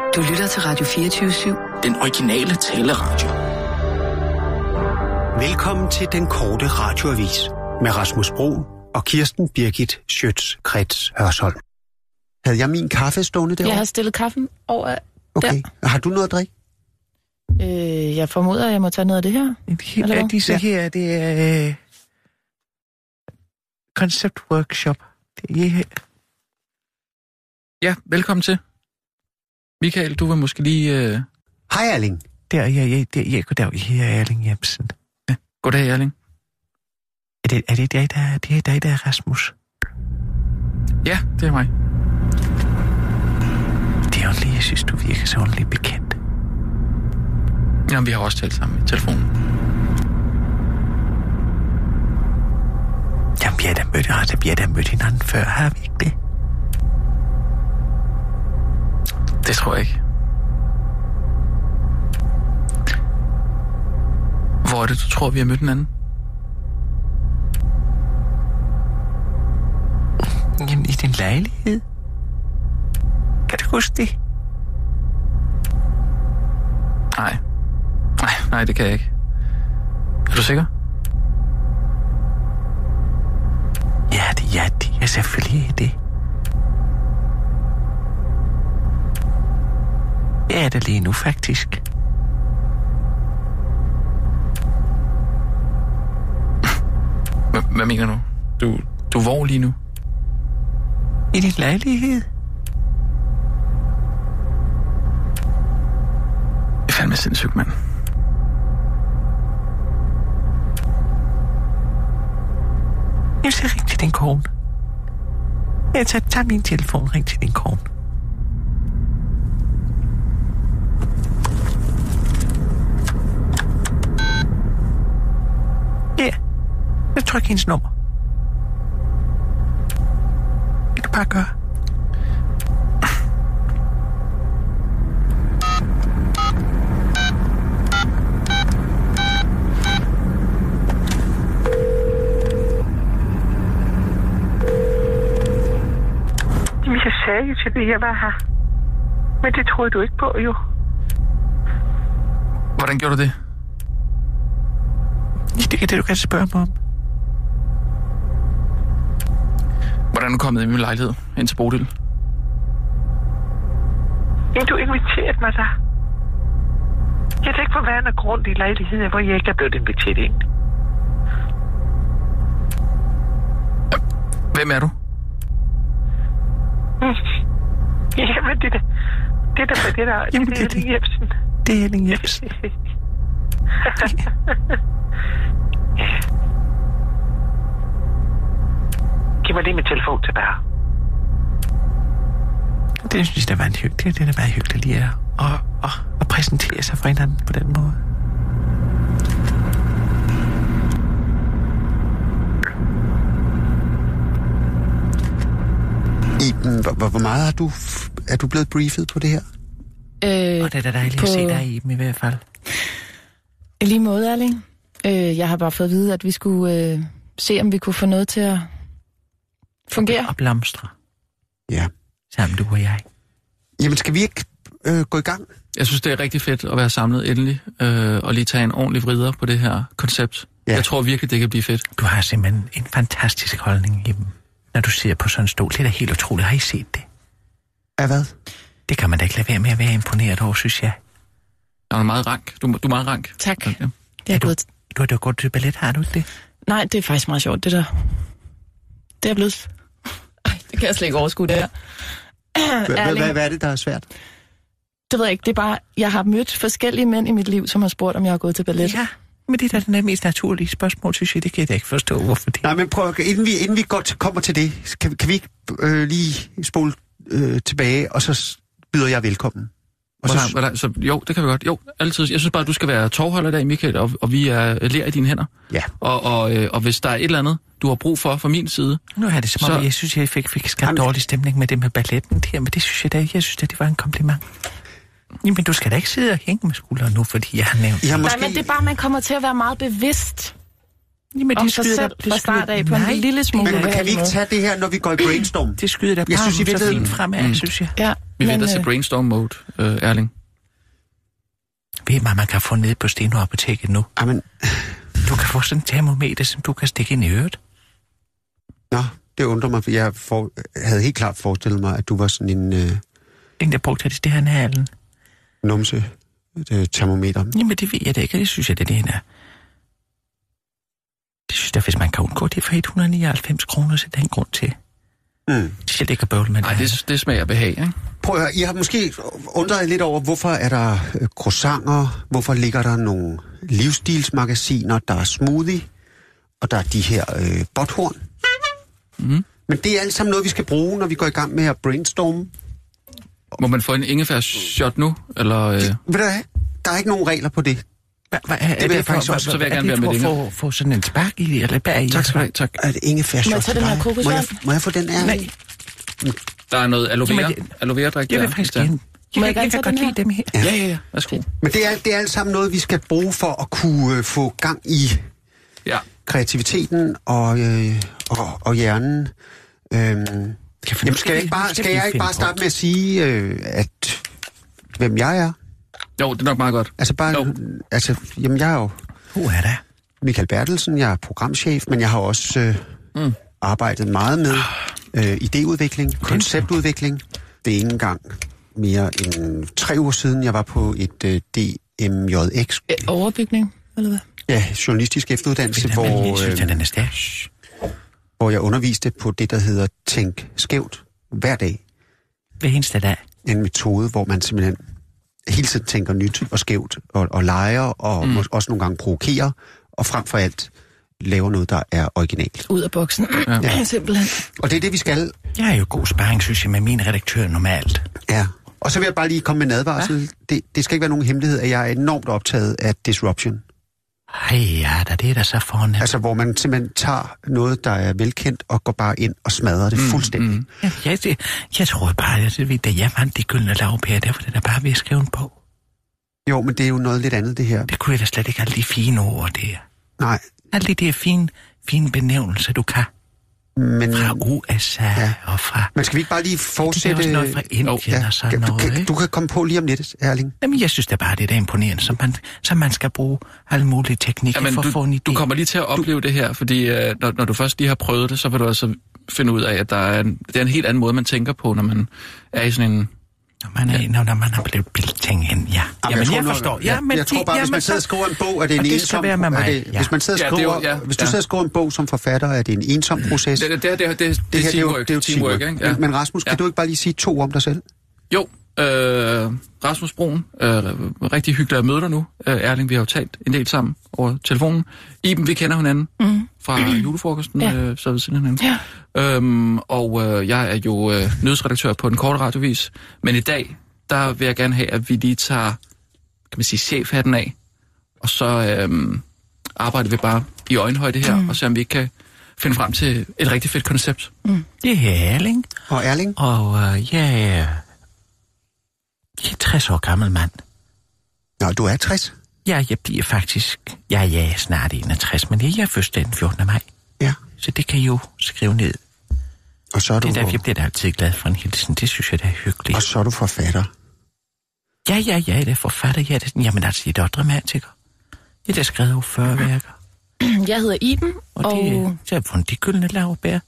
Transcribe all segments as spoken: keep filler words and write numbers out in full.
Du lytter til Radio fireogtyve syv. Den originale taleradio. Velkommen til den korte radioavis med Rasmus Bro og Kirsten Birgit Schøtz-Krets Hørsholm. Havde jeg min kaffe stående derovre? Jeg har stillet kaffen over Okay. der. Har du noget at drikke? Øh, jeg formoder, at jeg må tage noget af det her. Det er disse ja. her, det er... Øh, Concept Workshop. Det er her. Ja, velkommen til. Michael, du vil måske lige... Øh... Hej, Erling. Der, ja, ja, der, ja, goddag, her er Erling Jebsen. Ja, goddag, Erling. Er det, er det dig, der, det er dig, der er Rasmus? Ja, det er mig. Det er ordentligt, jeg synes, du virker så ordentligt bekendt. Jamen, vi har også talt sammen i telefonen. Jamen, vi har da mødt, altså, vi har da mødt hinanden før, har vi ikke det? Det tror jeg ikke. Hvor er det, du tror, vi har mødt hinanden? Jamen, i din lejlighed. Kan du huske det? Nej. Nej, nej, det kan jeg ikke. Er du sikker? Ja, det, ja, det er selvfølgelig det. Jeg er det lige nu, faktisk. H- hvad mener du? Du, du er hvor lige nu? I din lejlighed? Det er fandme sindssygt, mand. Jeg skal ringe til din kone. Jeg tager, tager min telefon, ring til din kone. Ja, jeg trykker hendes nummer. Det kan bare gøre. Jeg sagde jo til det, jeg var her. Men det troede du ikke på, jo. Hvordan gjorde du det? Det er det, du kan spørge mig om. Hvordan er du kommet i min lejlighed ind til Bodil? Jamen, du inviterede mig der. Jeg tænkte på vand og grund i lejligheden, hvor jeg ikke er blevet inviteret ind. Hvem er du? Mm. Jamen, det der... Det der... Det der... Jamen, det, det, det, Jebsen. Det er Erling Jebsen. Giv mig lige min telefon tilbage. Det synes jeg, det var en hyggeligt. Det er meget hyggeligt lige at, at, at, at præsentere sig for hinanden på den måde. Iben, hvor, hvor meget er du, er du blevet briefet på det her? Øh, Og det er da dejligt på... at se dig, Iben, i hvert fald. I lige måde, Erling. Øh, jeg har bare fået at vide, at vi skulle øh, se, om vi kunne få noget til at fungere. Og blomstre. Ja. Sammen du og jeg. Jamen, skal vi ikke øh, gå i gang? Jeg synes, det er rigtig fedt at være samlet endelig, øh, og lige tage en ordentlig vrider på det her koncept. Ja. Jeg tror virkelig, det kan blive fedt. Du har simpelthen en fantastisk holdning, Iben, når du sidder på sådan en stol. Det er da helt utroligt. Har I set det? Af hvad? Det kan man da ikke lade være med at være imponeret over, synes jeg. Jeg er meget rank. Du, du er meget rank. Tak. Ja. Det er, er du, blevet... du har da gået til ballet, har du ikke det? Nej, det er faktisk meget sjovt, det der. Det er blevet... Ej, det kan jeg slet ikke overskue, det her. Hvad er det, der er svært? Det ved jeg ikke. Det er bare, jeg har mødt forskellige mænd i mit liv, som har spurgt, om jeg har gået til ballet. Ja, men det er da den mest naturlige spørgsmål, synes jeg. Det kan jeg da ikke forstå, hvorfor det. Nej, men prøv, inden vi, inden vi går til, kommer til det, kan, kan vi ikke øh, lige spole øh, tilbage, og så byder jeg velkommen. Og så, så, hvordan, så, jo, det kan vi godt. Jo, altid. Jeg synes bare, du skal være tovholder der, Michael, og, og vi er lær i dine hænder. Ja. Og, og, øh, og hvis der er et eller andet, du har brug for fra min side... Nu har det som om, så... jeg synes, jeg fik, fik skabt dårlig stemning med det med balletten der, men det synes jeg da ikke. Jeg synes da, det var en kompliment. Jamen, du skal da ikke sidde og hænge med skulderen nu, fordi jeg har nævnt... Ja, måske... Nej, men det er bare, man kommer til at være meget bevidst Jamen, om sig selv fra start af på en lille smule. Men, men kan vi ikke tage det her, når vi går i brainstorm? Det skyder da bare synes, så fint fremad, mm. synes jeg. Ja, vi men, venter til brainstorm-mode, øh, Erling. Ved man, man kan få ned på Steno Apoteket nu. Amen. Du kan få sådan en termometer, som du kan stikke ind i øret. Nå, det undrer mig, for jeg for, havde helt klart forestillet mig, at du var sådan en... Øh, en, der brugte det her Erling. Numse øh, termometer. Jamen, det ved jeg da ikke, det synes jeg, det er det her. Det synes jeg, hvis man kan undgå det for et hundrede og nioghalvfems kroner, så det er en grund til. Mm. Selv ikke at bøvle med det. Nej, det, det smager behag, ikke? Prøv at høre, I har måske undret jer lidt over, hvorfor er der øh, croissanter, hvorfor ligger der nogle livsstilsmagasiner, der er smoothie, og der er de her øh, botthorn. Mm. Men det er alt sammen noget, vi skal bruge, når vi går i gang med at brainstorme. Må man få en ingefær-shot nu, eller... Øh... Det, ved du hvad? Der er ikke nogen regler på det. Hva, hva, er, det vil er jeg faktisk også. Så vil jeg gerne være med det. Få, få sådan en spark i, eller bag i. Tak skal du have, tak. Er det ingefær-shot? Må jeg tage den her kokosvand? Må jeg, må jeg få den her? Nej. Der er noget aloe vera, aloe vera drik der. Jeg vil faktisk gerne. Jeg, jeg, jeg kan godt lide dem her. Ja, ja, ja. Værsgo. Men det er, det er alt sammen noget, vi skal bruge for at kunne øh, få gang i ja. kreativiteten og, øh, og, og hjernen. Øhm, jamen, skal jeg ikke bare, skal jeg ikke bare starte med at sige, øh, at hvem jeg er? Jo, det er nok meget godt. Altså bare, jo. altså, jamen jeg er jo... Hvor er det? Michael Bertelsen, jeg er programchef, men jeg har også øh, mm. arbejdet meget med øh, idéudvikling, konceptudvikling. Det er ikke engang mere end tre uger siden, jeg var på et øh, D M J X. Overbygning, eller hvad? Ja, journalistisk efteruddannelse, hvor, øh, hvor jeg underviste på det, der hedder Tænk Skævt hver dag. Hver eneste dag? En metode, hvor man simpelthen hele tiden tænker nyt og skævt, og, og leger, og mm. også nogle gange provokerer, og frem for alt laver noget, der er originalt. Ud af boksen, ja. Ja, simpelthen. Og det er det, vi skal. Jeg er jo god sparring, synes jeg, med min redaktør normalt. Ja, og så vil jeg bare lige komme med en advarsel. Det, det skal ikke være nogen hemmelighed, at jeg er enormt optaget af disruption. Ej, ja, da det er der så fornemt. Altså, hvor man simpelthen tager noget, der er velkendt, og går bare ind og smadrer det mm, fuldstændig. Mm. Ja, jeg, jeg, jeg tror bare, at det, da jeg vandt de gyldne lavpærer, der var det der bare ved at skrive en bog. Jo, men det er jo noget lidt andet, det her. Det kunne jeg da slet ikke alle de fine ord, det her. Nej. Alle de der fine, fine benævnelser, du kan. Men, fra U S A ja. Og fra... Men skal vi ikke bare lige fortsætte... Det er også noget fra Indien oh, ja. og sådan du, noget, kan, du kan komme på lige om lidt, Erling. Jamen, jeg synes da bare, det er da imponerende, så man, så man skal bruge alle mulige teknikker Jamen, for du, at få en idé. Du kommer lige til at opleve du... det her, fordi uh, når, når du først lige har prøvet det, så vil du altså finde ud af, at der er en, det er en helt anden måde, man tænker på, når man er i sådan en... Når man, er, ja. når man har blevet bildt ting ind, ja. Jamen, Jamen, jeg, jeg forstår. Ja, ja, men jeg tror bare, ja, hvis man sidder og skriver en bog, er det en det ensom... Være med mig. Det, ja. Hvis man sidder og skriver, ja, det jo, ja. hvis du sidder og skriver en bog som forfatter, er det en ensom proces. Det, det, det, det, det, det, det, her, det er jo, det er jo teamwork, teamwork ikke? Ja. Men Rasmus, kan ja. du ikke bare lige sige to om dig selv? Jo, øh, Rasmus Broen, øh, rigtig hyggeligt at møde dig nu. Øh, Erling, vi har jo talt en del sammen over telefonen. Iben, vi kender hinanden mm. fra julefrokosten, ja. øh, så ved siden af hinanden. Ja. Øhm, og øh, jeg er jo øh, nyhedsredaktør på Den Korte Radiovis, men i dag, der vil jeg gerne have, at vi lige tager, kan man sige, chefhatten af, og så øh, arbejder vi bare i øjenhøjde her, mm. og så om vi ikke kan finde frem til et rigtig fedt koncept. Mm. Det er Erling. Og Erling? Og øh, jeg er... Jeg er tres år gammel mand. Nå, du er tres? Ja, jeg bliver faktisk... Ja, jeg er snart enogtres, men jeg er først den fjortende maj. Ja. Så det kan I jo skrive ned. Og så er du... Det er derfor, jeg bliver da altid glad for en hilsen. Det synes jeg, det er hyggeligt. Og så er du forfatter? Ja, ja, ja, det er forfatter. Ja, det, jamen altså, jeg er da dramatiker. Jeg har skrevet over fyrre værker. Jeg hedder Iben, og... og... Det, så har jeg fundet de gyldne lavbær.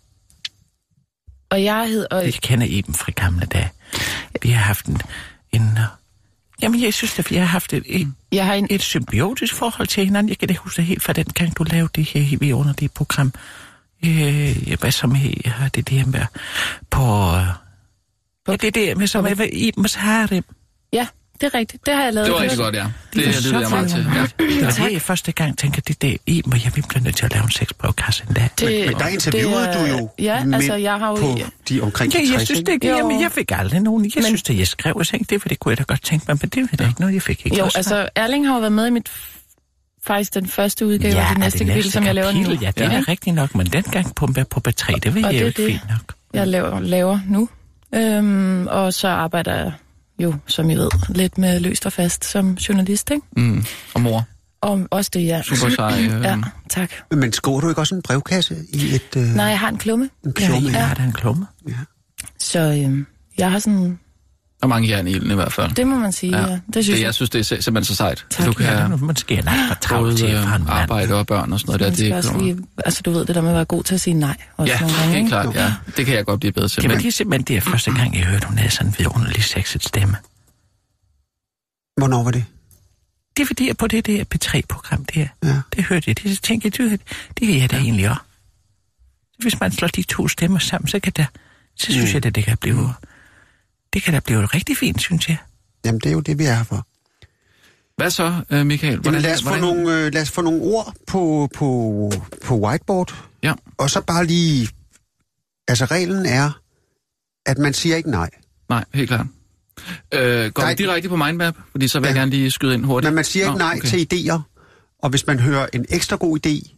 Og jeg hedder... Jeg kender Iben fra gamle dage. Vi har haft en... en jamen, jeg synes, at vi har haft et, et, jeg har en... et symbiotisk forhold til hinanden. Jeg kan det huske helt fra den gang, du lavede det her vi under det program. Øh, hvad som her, det der med på... på ja, det der med, som er Ibens harem. Ja, det er rigtigt. Det har jeg lavet. Det var rigtig godt, ja. Det, det lyder jeg meget til. Ja. Det var det, jeg første gang tænker, det der Iben, og jeg bliver nødt til at lave en sexbrevkasse en dag. Det, men, men der interviewede du jo ja, altså, jeg har jo på de omkring ja, jeg synes det ikke, jamen, jeg fik aldrig nogen. Jeg men, synes, at jeg skrev og tænkte, det, for det kunne jeg da godt tænke mig, men det var da ikke noget, jeg fik ikke. Jo, altså, Erling har jo været med i mit... Faktisk den første udgave ja, af det næste kapitel, som jeg laver nu. Ja, det er ja. rigtigt nok, men dengang på, på B tre, det var jeg jo ikke fint nok. Jeg laver, laver nu. Øhm, og så arbejder jeg jo, som I ved, lidt med løst og fast som journalist, ikke? Mm. Og mor. Og også det, ja. Super sej. Øh. Ja, tak. Men skriver du ikke også en brevkasse i et... Øh... Nej, jeg har en klumme. En klumme, Ja, ja. jeg har da en klumme. Ja. Så øh, jeg har sådan... Og mange jern i ilden i hvert fald. Det må man sige, ja. ja. Det synes det, jeg. jeg synes, det er simpelthen så sejt. Tak. Du kan Ja, nu man skal nok få travlt til både fra en øh, mand. arbejde og børn og sådan noget der. Man Det skal er også ikke lige, altså du ved det der med at være god til at sige nej. Også Ja, nogle gange, helt ikke? klart. Ja. Det kan jeg godt blive bedre til. Det var Men lige simpelthen det, første gang, jeg hørte, hun havde sådan en vidunderlig sexet stemme. Hvornår var det? Det er fordi, jeg på det der P tre program der, Ja. det hørte jeg. Det tænkte jeg, det, det kan jeg da egentlig også. Hvis man slår de to stemmer sammen, så kan der, så synes Mm. jeg, at det kan blive, det kan da blive rigtig fint, synes jeg. Jamen, det er jo det, vi er her for. hvad så, øh, Michael? Jamen, lad, os få nogle, øh, lad os få nogle ord på, på, på whiteboard. Ja. Og så bare lige... Altså, reglen er, at man siger ikke nej. Nej, helt klart. Øh, går Nej. vi direkte på mindmap? Fordi så vil jeg Ja. gerne lige skyde ind hurtigt. Men man siger ikke Nå, nej okay. til idéer. Og hvis man hører en ekstra god idé,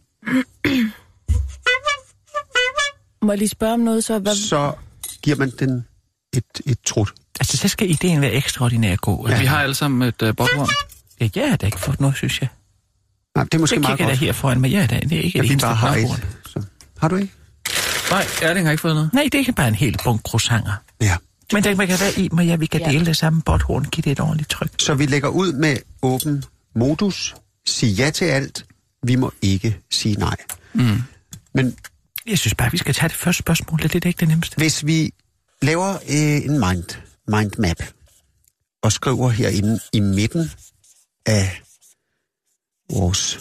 Må jeg lige spørge om noget så? Hvad... så giver man den et, et trut. Altså, så skal ideen være ekstraordinær god. Ja. Ja. Vi har alle sammen et uh, botthorn. Ja, jeg har da ikke fået noget, synes jeg. Nej, det er måske Jeg meget kigger da godt. her foran mig. Jeg er da, det er ikke Ja, et vi eneste bare har knapord. et. Så. Har du ikke? Nej, Erling har ikke fået noget. Nej, det er ikke bare en hel bunke croissanter. Ja. Men der man kan være i mig, ja, vi kan Ja. dele det samme botthorn, give det et ordentligt tryk. Så vi lægger ud med åben modus. Sig ja til alt. Vi må ikke sige nej. Mm. Men Jeg synes bare, vi skal tage det første spørgsmål. Det er det ikke det nemmeste. hvis vi laver øh, en mind, mindmap og skriver herinde i midten af vores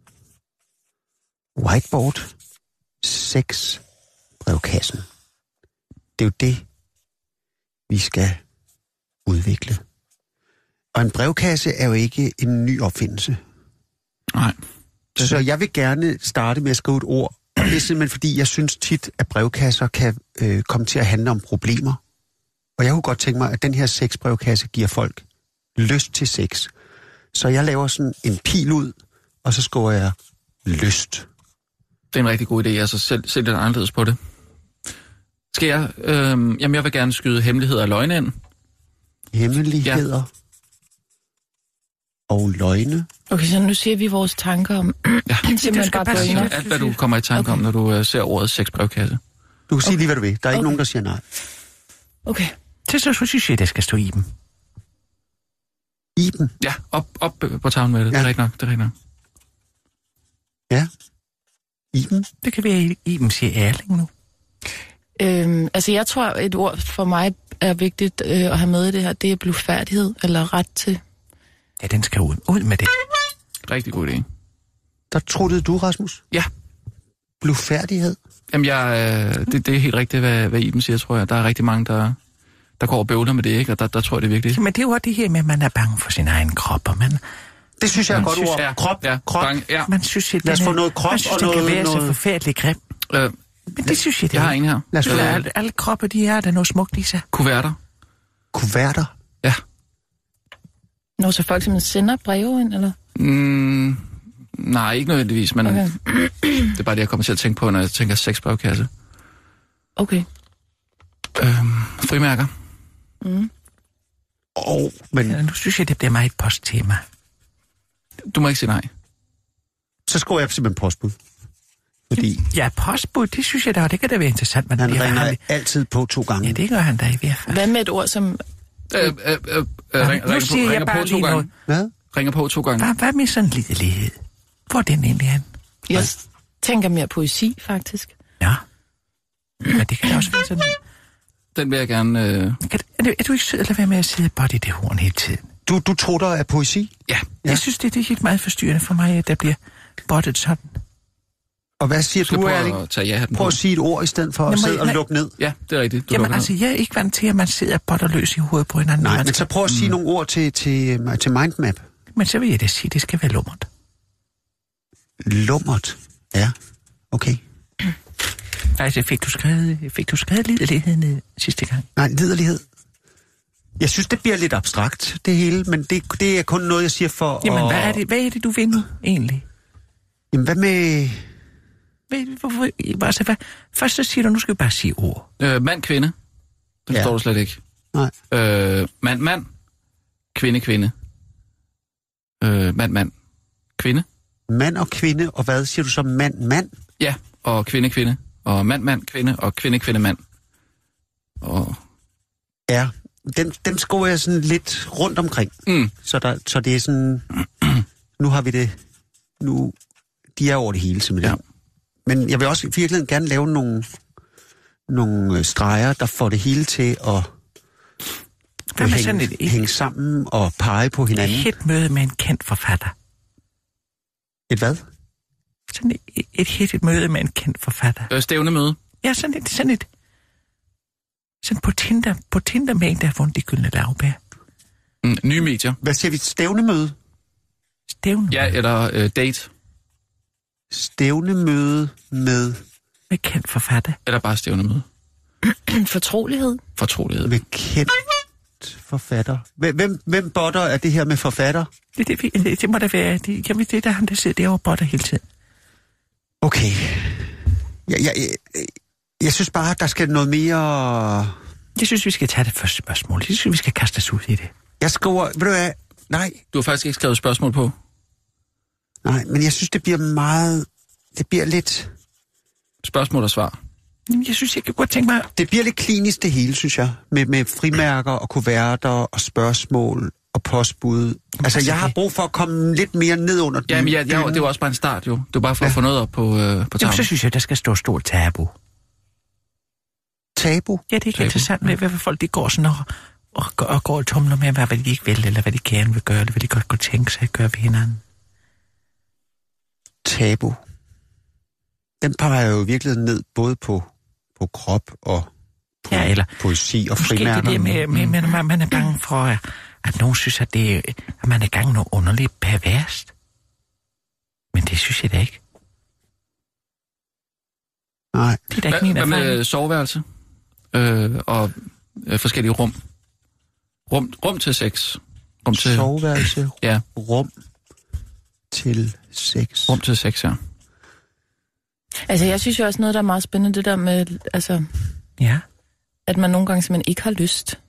whiteboard seks brevkassen. Det er jo det, vi skal udvikle. Og en brevkasse er jo ikke en ny opfindelse. Nej. Så jeg vil gerne starte med at skrive et ord. Og det er simpelthen fordi, jeg synes tit, at brevkasser kan øh, komme til at handle om problemer. Og jeg kunne godt tænke mig, at den her sexbrevkasse giver folk lyst til sex. Så jeg laver sådan en pil ud, og så skriver jeg lyst. Det er en rigtig god idé, altså selv, selv lidt anderledes på det. Skal jeg? Øhm, jamen, jeg vil gerne skyde hemmeligheder og løgne ind. Hemmeligheder ja. og løgne. Okay, så nu siger vi vores tanker om... Ja. simpelthen bare gå ind. Alt, hvad du kommer i tanke okay. om, når du uh, ser ordet sexbrevkasse. Du kan sige lige, hvad du vil. Der er ikke Okay. nogen, der siger nej. Okay. Til så synes jeg, der skal stå i dem. Iben. Ja, op, op på tavlen med det. Ja. Det er rigtigt nok, det er rigtigt nok. Ja. Iben. Det kan være, at Iben siger Erling nu. Øhm, altså, jeg tror, et ord for mig er vigtigt øh, at have med i det her. Det er blufærdighed, eller ret til. Ja, den skal ud. Ud med det. Rigtig god idé. Der truttede du, Rasmus. Ja. Blufærdighed. Jamen, jeg, øh, det, det er helt rigtigt, hvad, hvad Iben siger, tror jeg. Der er rigtig mange, der, der går og bøvler med det, ikke? Og der, der tror jeg, det er vigtigt. Men det er jo også det her med, at man er bange for sin egen krop, og man, Det synes jeg er et Man godt synes, ord. ja, Krop. ja, krop. Bang, ja. man synes, at Lad os den få er- noget krop man synes, og den kan noget- være så noget- forfærdelig grim. Øh, Men det synes jeg, det jeg har er. en her. Lad os få Øh, noget. alle, alle kroppe, de er der noget smukt i sig. Kuverter. Kuverter. Ja. Når så folk simpelthen sender breve ind, eller? Mm, nej, ikke nødvendigvis, men Okay. det er bare det, jeg kommer til at tænke på, når jeg tænker sexbrevkasse. Okay. Øhm, frimærker. Mm. Og, men Ja, nu synes jeg, det bliver meget et posttema. Du må ikke sige nej. så skriver jeg simpelthen postbud. Fordi Ja, postbud, det synes jeg da, og det kan da være interessant. Men han det ringer har vi- altid på to gange. Ja, det gør han da i hvert fald. Hvad med et ord som... Øh, øh, øh, øh, ring, nu ringer siger på, jeg ringer bare på to lige gange. noget. Hvad? Ringer på to gange. Hvad, hvad med sådan en lidelighed? Hvor er den egentlig hen? Jeg tænker mere poesi, faktisk. Ja. Men det kan da også være sådan... Den vil jeg gerne... Øh... Kan, er, du, er du ikke sød at lade være med at sidde bare i det horn hele tiden? Du, du trutter af poesi? Ja. Ja. Jeg synes, det, det er helt meget forstyrrende for mig, at der bliver bottet sådan. Og hvad siger Du skal du, prøve Erling? at tage ja-hatten Prøv på. at sige et ord i stedet for at Jamen, sidde og nej. lukke ned. Ja, det er rigtigt. Du Jamen lukker altså, ned. jeg er ikke vant til, at man sidder botter løs i hovedet på hinanden. Nej, Man men skal- så prøv at sige mm. nogle ord til, til, til mindmap. Men så vil jeg da sige, at det skal være lummert. Lummert. Ja, okay. Altså, fik du skrevet, fik du skrevet lidelighed ned sidste gang? Nej, liderlighed. Jeg synes, det bliver lidt abstrakt, det hele, men det, det er kun noget, jeg siger for Jamen, at... hvad er det, hvad er det du vil nu, egentlig? Jamen, hvad med... Hvad, hvorfor, altså, hvad, først så siger du, nu skal vi bare sige ord. Øh, mand, kvinde. Det Ja. forstår du slet ikke. Nej. Øh, mand, mand. Kvinde, kvinde. Øh, mand, mand. kvinde. Mand og kvinde, og hvad siger du så? Mand, mand? Ja, og kvinde, kvinde. Og mand, mand, kvinde, og kvinde, kvinde, mand. Og... Ja, den, den skruer jeg sådan lidt rundt omkring. Mm. Så, der, så det er sådan... Nu har vi det... Nu... De er over det hele, simpelthen. Ja. Men jeg vil også virkelig gerne lave nogle, nogle streger, der får det hele til at... Hvad med sådan hænge, et, hænge sammen og pege på hinanden. Et møde med en kendt forfatter. Et hvad? Sådan et, et helt møde med en kendt forfatter. Øh, stævnemøde. Ja, sådan et, sådan et, sådan på Tinder, på Tinder med en, der har fundet de gyldne lavbær. Mm, nye medier. Hvad siger vi? Stævnemøde? Stævnemøde. Ja, eller øh, date. Stævnemøde med... Med kendt forfatter. Eller bare stævnemøde. Fortrolighed. Fortrolighed. Med kendt forfatter. Hvem, hvem botter er det her med forfatter? Det, det, det, det må da være. Det, jamen, det er der ham, der sidder derovre og botter hele tiden. Okay. Jeg, jeg, jeg, jeg synes bare, der skal noget mere... Jeg synes, vi skal tage det første spørgsmål. Jeg synes, vi skal kaste os ud i det. Jeg skriver... Ved du hvad? Nej. Du har faktisk ikke skrevet spørgsmål på. Nej, men jeg synes, det bliver meget... Det bliver lidt... Spørgsmål og svar. Jeg synes, jeg kan godt tænke mig... Det bliver lidt klinisk det hele, synes jeg. Med, med frimærker og kuverter og spørgsmål og postbud. Altså, jeg har brug for at komme lidt mere ned under den. Jamen, ja, ja, det var også bare en start, jo. Det var bare for ja. at få noget op på, øh, på tavlen. Jamen, så synes jeg, der skal stå stort tabu. Tabu? Ja, det er ikke interessant med, hvad folk de går sådan og, og, og går og tumler med, hvad de ikke vil, eller hvad de gerne vil gøre, eller hvad de godt kunne tænke sig at gøre ved hinanden. Tabu. Den peger jo virkelig ned både på, på krop og på ja, eller, poesi og frimærker. Måske det med, med, med, med, man er bange for, at, at nogen synes, at, det, at man er i gang med noget underligt perverst. Men det synes jeg da ikke. Nej. Det er da ikke min erfaring. erfaring. Hvad med soveværelse? Øh, og øh, forskellige rum. rum. Rum til sex. Rum til... Soveværelse? Ja. Rum til sex. Rum til sex, ja. Altså, jeg synes jo også noget, der er meget spændende, det der med, altså... Ja. At man nogle gange simpelthen ikke har lyst.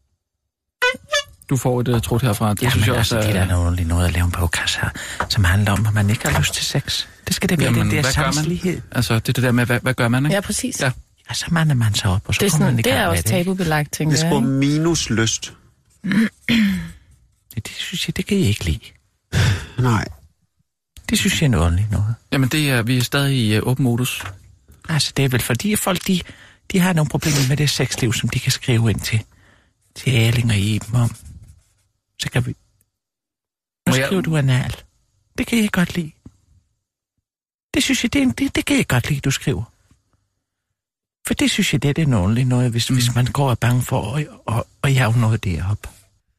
Du får et uh, trut herfra. Det ja, synes men jeg altså, også, det er der noget, noget at lave en podcast her, som handler om, at man ikke har lyst til sex. Det skal det være, den der sanselighed. Altså, det er det der med, hvad, hvad gør man, ikke? Ja, præcis. Ja. Ja, så mander man sig op, og så det er kommer sådan, man i gang det er med også det. tabubelagt, tænker jeg. Det er sgu minus lyst. det, det synes jeg, det kan jeg ikke lide. Nej. Det synes jeg er noget ordentligt noget. Jamen, det er, vi er stadig i uh, åben modus. Altså, det er vel fordi, at folk, de, de har nogle problemer med det sexliv, som de kan skrive ind til, til Erling og Iben om. Så kan vi... Nu skriver jeg... du anal. Det kan jeg godt lide. Det synes jeg, det, er, det, det kan jeg godt lide, du skriver. For det synes jeg, det er det ordentligt noget, hvis, mm. hvis man går og er bange for at, at, at jage noget derop.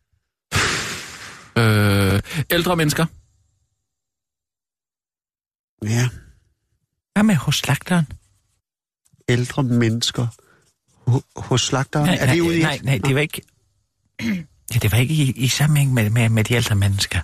Øh, ældre mennesker. Ja. Hvad med hos slagteren? Ældre mennesker H- hos slagteren? Nej, er det ude i nej, nej, det var ikke... Ja, det var ikke i, i sammenhæng med, med, med de ældre mennesker.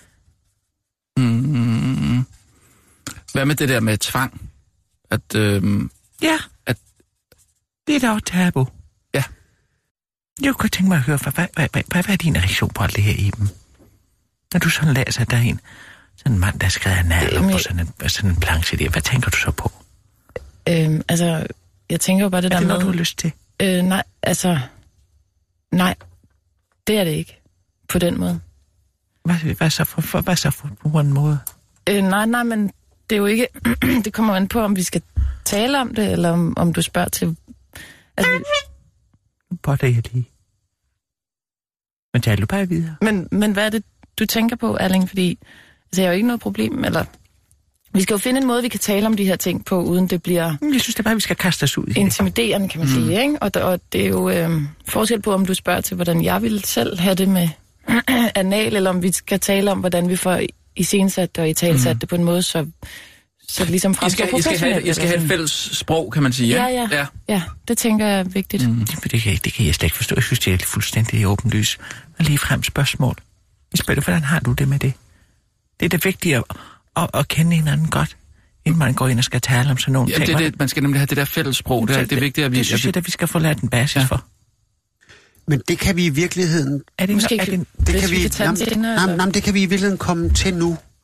Mm. Hvad med det der med tvang? At, øhm, ja, at... det er da også tabu. Ja. Jeg kunne tænke mig at høre, hvad, hvad, hvad, hvad, hvad er din reaktion på alt det her, Iben? Når du sådan læser, der er en, sådan en mand, der skriver analer på sådan en, sådan en planche der. Hvad tænker du så på? Øhm, altså, jeg tænker jo bare det der med... Er det noget, du har lyst til? Øh, nej, altså... Nej, det er det ikke. På den måde. Hvad, hvad så for, for, hvad så for på en måde? Øh, nej, nej, men det er jo ikke... det kommer an på, om vi skal tale om det, eller om, om du spørger til... Altså, nu potter jeg lige. Men taler du bare videre? Men, men hvad er det, du tænker på, Erling? Fordi altså, jeg har jo ikke noget problem, eller... Vi skal jo finde en måde, vi kan tale om de her ting på, uden det bliver... Jeg synes det er bare, vi skal kaste os ud i intimiderende, kan man mm. sige, ikke? Og, og det er jo øh, forskel på, om du spørger til, hvordan jeg ville selv have det med anal, eller om vi skal tale om, hvordan vi får iscenesat det og italesat mm. det på en måde, så, så det ligesom fremstår professionelt. I skal, have, I skal have et fælles sprog, kan man sige, ja? Ja, ja. ja. ja det tænker jeg er vigtigt. Mm. Det, kan, det kan jeg slet ikke forstå. Jeg synes, det er fuldstændig åbenlys. Og lige frem spørgsmål. Jeg spørger, hvordan har du det med det? Det er det vigtige at, at, at kende hinanden godt, inden man går ind og skal tale om sådan nogle ja, ting. Det, det, man skal nemlig have det der fælles sprog. Det er, det er vigtigt, at vi... Det synes jeg, at vi skal få lært en basis ja. for. Men det kan vi i virkeligheden... Er det, Måske er det, det kan vi, vi kan nam, nam, nam, det kan vi i virkeligheden komme til nu.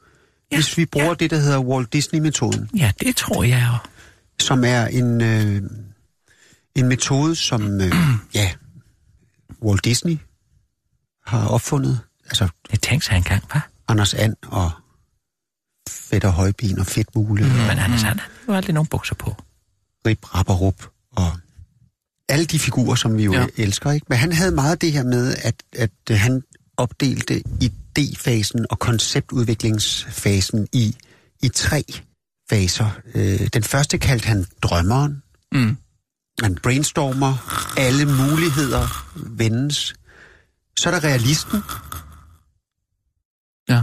ja, hvis vi bruger ja. det, der hedder Walt Disney-metoden. Ja, det tror jeg også. Som er en, øh, en metode, som øh, ja, Walt Disney har opfundet. Altså, jeg tænkte sig engang, hva'? Anders And og Fætter Højbin og Fedtmule. Mm, men Anders And, han har aldrig nogen bukser på. Rip, Rap og Rup og alle de figurer, som vi jo ja. elsker, ikke? Men han havde meget det her med, at, at han opdelte idéfasen og konceptudviklingsfasen i, i tre faser. Øh, den første kaldte han drømmeren. Mm. Man brainstormer, alle muligheder vendes. Så er der realisten. Ja.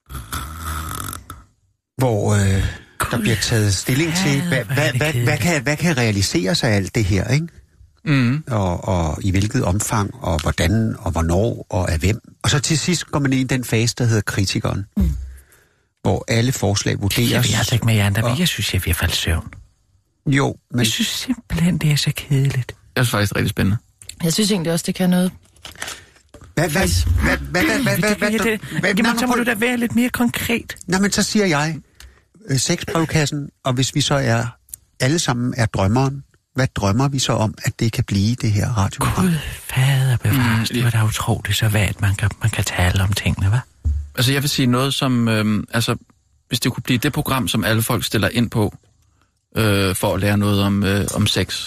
Hvor øh, der bliver taget stilling til, hvad, hvad, hvad, hvad, kan, hvad kan realiseres af alt det her, ikke? Mm. Og, og i hvilket omfang, og hvordan, og hvornår, og af hvem. Og så til sidst går man ind i den fase, der hedder kritikeren. Mm. Hvor alle forslag vurderes. Jeg vil altså ikke med jer andre, og... jeg synes, jeg vil falde søvn. Jo, men... Jeg synes simpelthen, det er så kedeligt. Jeg synes faktisk, det er rigtig spændende. Jeg synes egentlig også, det kan noget. Hvad, hvad, hvad, hvad, hvad, hvad, hvad, hvad, hvad, jamen, så må du da være lidt mere konkret. Nå, men så siger jeg, øh, sexbrevkassen, og hvis vi så er, alle sammen er drømmeren, hvad drømmer vi så om, at det kan blive, det her radioprogram? Gud, fader bevares, mm, det var da utroligt så hvad, man kan, man kan tale om tingene, hva'? Altså, jeg vil sige noget som, øhm, altså, hvis det kunne blive det program, som alle folk stiller ind på, øh, for at lære noget om, øh, om sex.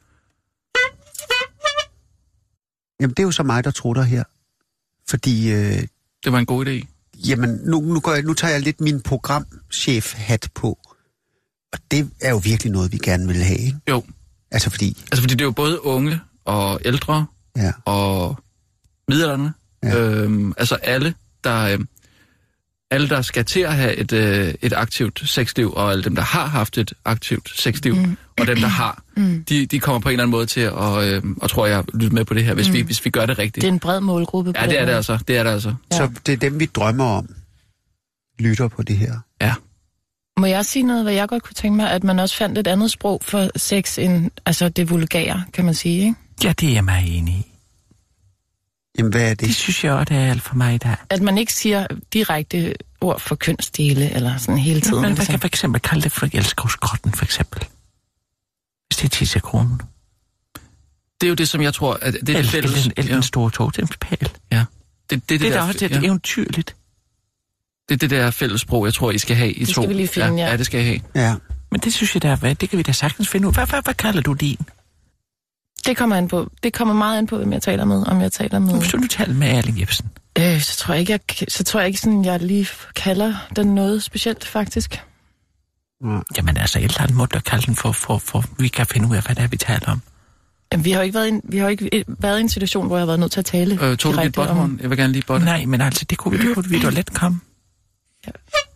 Jamen, det er jo så mig, der trutter her. Fordi... Øh, det var en god idé. Jamen, nu, nu, går jeg, nu tager jeg lidt min programchef-hat på. Og det er jo virkelig noget, vi gerne vil have, ikke? Jo. Altså fordi... Altså fordi det er jo både unge og ældre ja. og middelaldrende. Ja. Øhm, altså alle, der... Øh, alle, der skal til at have et, øh, et aktivt sexliv, og alle dem, der har haft et aktivt sexliv, mm. og dem, der har, mm. de, de kommer på en eller anden måde til at, øh, og tror jeg, lytte med på det her, hvis, mm. vi, hvis vi gør det rigtigt. Det er en bred målgruppe. Ja, det er det altså. Det er det altså. Ja. Så det er dem, vi drømmer om, lytter på det her. Ja. Må jeg sige noget, hvad jeg godt kunne tænke mig, at man også fandt et andet sprog for sex end altså det vulgære, kan man sige, ikke? Ja, det er jeg meget enig i. Jamen, hvad er det? Det synes jeg også, det er alt for mig der. At man ikke siger direkte ord for kønsdele, eller sådan hele tiden. Men man kan for eksempel kalde det for elskovsgrotten, for eksempel. Hvis det er ti sekunder. Det er jo det, som jeg tror, at det er det fælles... Eller den, den store togtemspæl. Ja. Det, det, det, det, det der, er også det, ja. eventyrligt. Det er det der fælles sprog, jeg tror, I skal have i det to. Det skal vi lige finde, ja. Ja, ja det skal I have. Ja. Men det synes jeg, der er, det kan vi da sagtens finde ud. Hvad, hvad, hvad kalder du din? Det kommer an på. Det kommer meget an på, hvem jeg taler med, om jeg taler med... Hvis du nu taler med Erling Jebsen. Øh, så tror jeg ikke, jeg, så tror jeg ikke sådan, jeg lige kalder den noget specielt, faktisk. Mm. Jamen altså, et eller andet måde at kalde den for, for, for, vi kan finde ud af, hvad det er, vi taler om. Jamen, vi har jo ikke været i, vi har ikke været i en situation, hvor jeg har været nødt til at tale. Øh, tog du dit botthorn? Jeg vil gerne lige botte. Nej, men altså, det kunne vi, det kunne vi da let komme. Ja.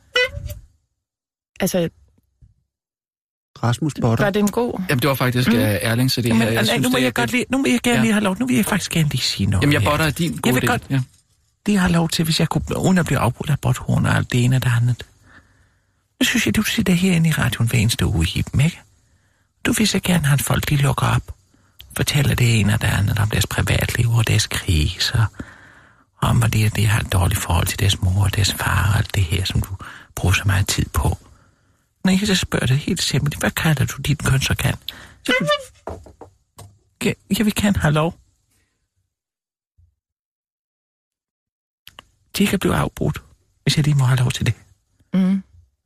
Altså... Rasmus Botter. Var det en god? Jamen, det var faktisk mm. Erling, så det Jamen, her, jeg altså, synes, nu må det jeg godt lige, nu må jeg gerne ja. lige have lov, nu vil jeg faktisk gerne lige sige noget. Jamen, jeg botter af din gode idé. Godt, ja. Det har lov til, hvis jeg kunne, uden at blive afbrudt af botthorn og alt det ene og det andet. Nu synes jeg, du sidder herinde i radioen hver eneste uge i dem, ikke? Du vil så gerne have, at folk de lukker op, fortæller det ene og det andet om deres privatliv og deres kriser, om at de, de har et dårligt forhold til deres mor og deres far og alt det her, som du bruger så meget tid på. Når jeg så spørger det helt simpelt, hvad kalder du dit kønsorgan? Så jeg, jeg vil gerne have lov. De ikke blive afbrudt, hvis jeg lige må have lov til det. Mm.